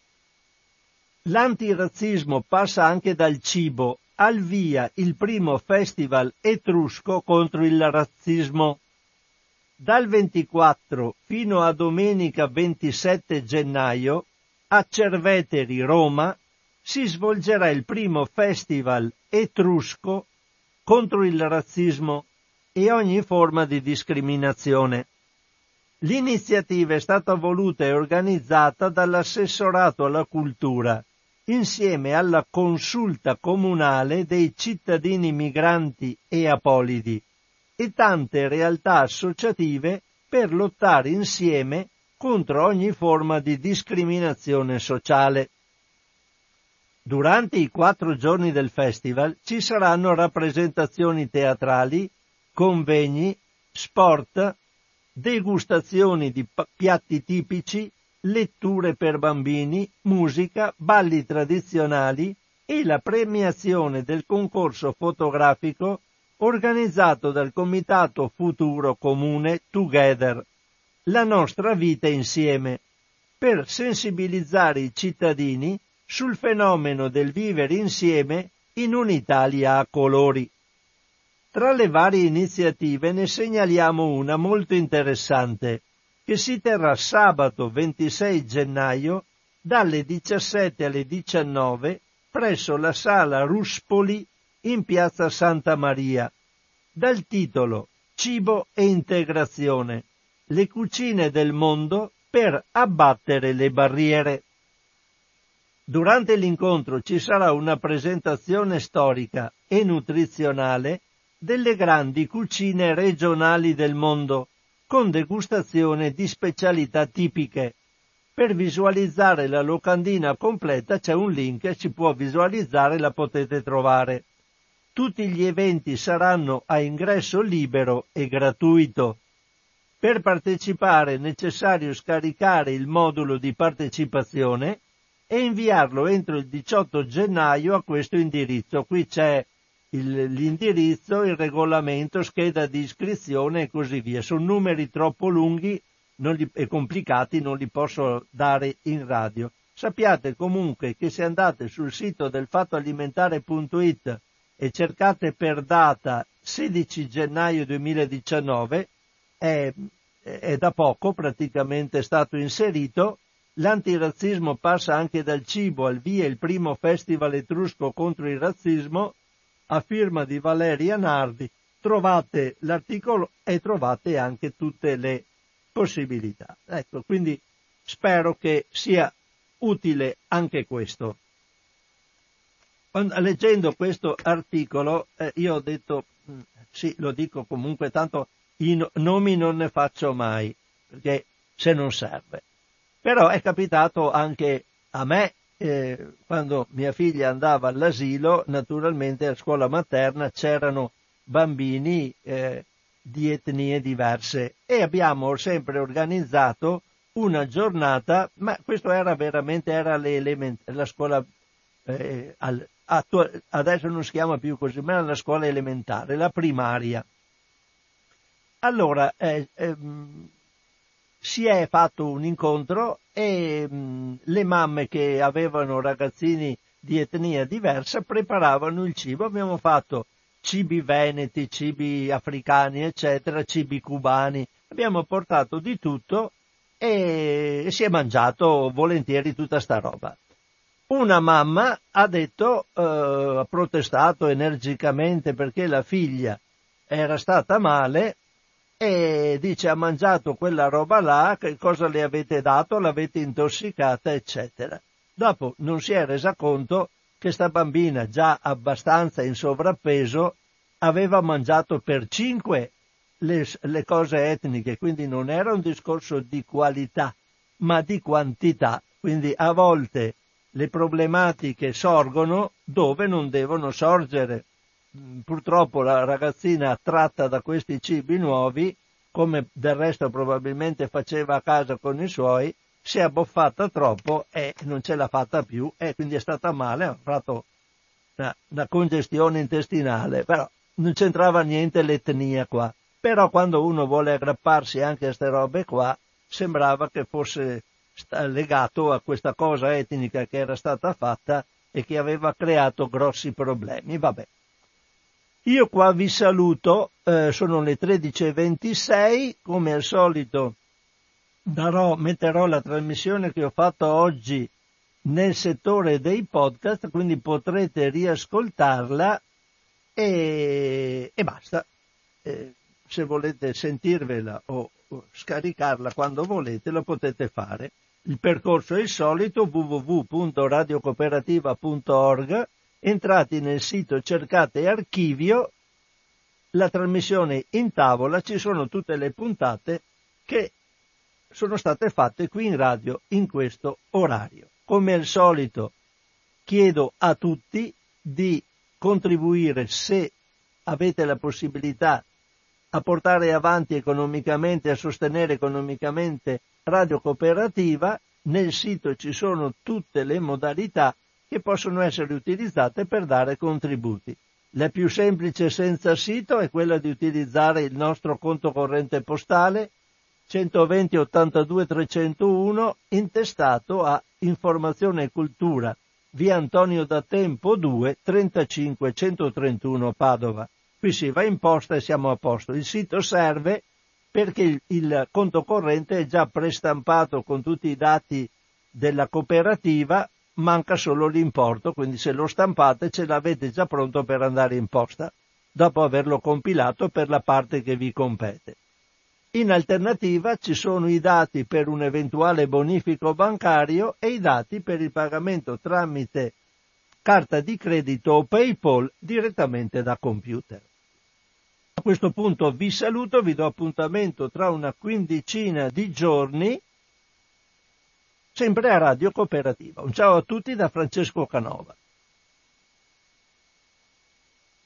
L'antirazzismo passa anche dal cibo. Al via il primo festival etrusco contro il razzismo. Dal ventiquattro fino a domenica ventisette gennaio a Cerveteri, Roma, si svolgerà il primo festival etrusco contro il razzismo e ogni forma di discriminazione. L'iniziativa è stata voluta e organizzata dall'Assessorato alla Cultura, insieme alla Consulta Comunale dei Cittadini Migranti e Apolidi e tante realtà associative per lottare insieme contro ogni forma di discriminazione sociale. Durante i quattro giorni del festival ci saranno rappresentazioni teatrali, convegni, sport, degustazioni di piatti tipici, letture per bambini, musica, balli tradizionali e la premiazione del concorso fotografico organizzato dal Comitato Futuro Comune Together, la nostra vita insieme, per sensibilizzare i cittadini sul fenomeno del vivere insieme in un'Italia a colori. Tra le varie iniziative ne segnaliamo una molto interessante, che si terrà sabato ventisei gennaio dalle diciassette alle diciannove presso la Sala Ruspoli in piazza Santa Maria, dal titolo Cibo e integrazione, le cucine del mondo per abbattere le barriere. Durante l'incontro ci sarà una presentazione storica e nutrizionale delle grandi cucine regionali del mondo, con degustazione di specialità tipiche. Per visualizzare la locandina completa c'è un link, si può visualizzare, la potete trovare. Tutti gli eventi saranno a ingresso libero e gratuito. Per partecipare è necessario scaricare il modulo di partecipazione e inviarlo entro il diciotto gennaio a questo indirizzo. Qui c'è il, l'indirizzo, il regolamento, scheda di iscrizione e così via. Sono numeri troppo lunghi non li, e complicati, non li posso dare in radio. Sappiate comunque che se andate sul sito del fattoalimentare punto it e cercate per data sedici gennaio duemiladiciannove, è, è da poco praticamente stato inserito. L'antirazzismo passa anche dal cibo, al via il primo festival etrusco contro il razzismo, a firma di Valeria Nardi. Trovate l'articolo e trovate anche tutte le possibilità. Ecco, quindi spero che sia utile anche questo. Leggendo questo articolo eh, io ho detto, mh, sì, lo dico comunque, tanto i no- nomi non ne faccio mai, perché se non serve. Però è capitato anche a me, eh, quando mia figlia andava all'asilo, naturalmente a scuola materna c'erano bambini eh, di etnie diverse e abbiamo sempre organizzato una giornata, ma questo era veramente, era le element- la scuola, eh, al, attu- adesso non si chiama più così, ma era la scuola elementare, la primaria. Allora, eh, ehm, si è fatto un incontro e mh, le mamme che avevano ragazzini di etnia diversa preparavano il cibo. Abbiamo fatto cibi veneti, cibi africani, eccetera, cibi cubani. Abbiamo portato di tutto e si è mangiato volentieri tutta sta roba. Una mamma ha detto, eh, ha protestato energicamente perché la figlia era stata male e dice: ha mangiato quella roba là, che cosa le avete dato, l'avete intossicata, eccetera. Dopo non si è resa conto che sta bambina, già abbastanza in sovrappeso, aveva mangiato per cinque le, le cose etniche, quindi non era un discorso di qualità, ma di quantità. Quindi a volte le problematiche sorgono dove non devono sorgere. Purtroppo la ragazzina, attratta da questi cibi nuovi, come del resto probabilmente faceva a casa con i suoi, si è abboffata troppo e non ce l'ha fatta più e quindi è stata male, ha fatto una, una congestione intestinale, però non c'entrava niente l'etnia qua. Però quando uno vuole aggrapparsi anche a ste robe qua, sembrava che fosse legato a questa cosa etnica che era stata fatta e che aveva creato grossi problemi. Vabbè. Io qua vi saluto, eh, sono le tredici e ventisei, come al solito darò, metterò la trasmissione che ho fatto oggi nel settore dei podcast, quindi potrete riascoltarla e, e basta. Eh, se volete sentirvela o, o scaricarla quando volete, lo potete fare. Il percorso è il solito, w w w punto radio cooperativa punto org. Entrate nel sito, cercate archivio, la trasmissione in tavola, ci sono tutte le puntate che sono state fatte qui in radio in questo orario. Come al solito chiedo a tutti di contribuire, se avete la possibilità, a portare avanti economicamente, a sostenere economicamente Radio Cooperativa. Nel sito ci sono tutte le modalità che possono essere utilizzate per dare contributi. La più semplice senza sito è quella di utilizzare il nostro conto corrente postale centoventi ottantadue trecentouno, intestato a Informazione e Cultura, via Antonio da Tempo due, trentacinque centotrentuno Padova. Qui si va in posta e siamo a posto. Il sito serve perché il, il conto corrente è già prestampato con tutti i dati della cooperativa, manca solo l'importo, quindi se lo stampate ce l'avete già pronto per andare in posta, dopo averlo compilato per la parte che vi compete. In alternativa ci sono i dati per un eventuale bonifico bancario e i dati per il pagamento tramite carta di credito o PayPal direttamente da computer. A questo punto vi saluto, vi do appuntamento tra una quindicina di giorni, sempre a Radio Cooperativa. Un ciao a tutti da Francesco Canova.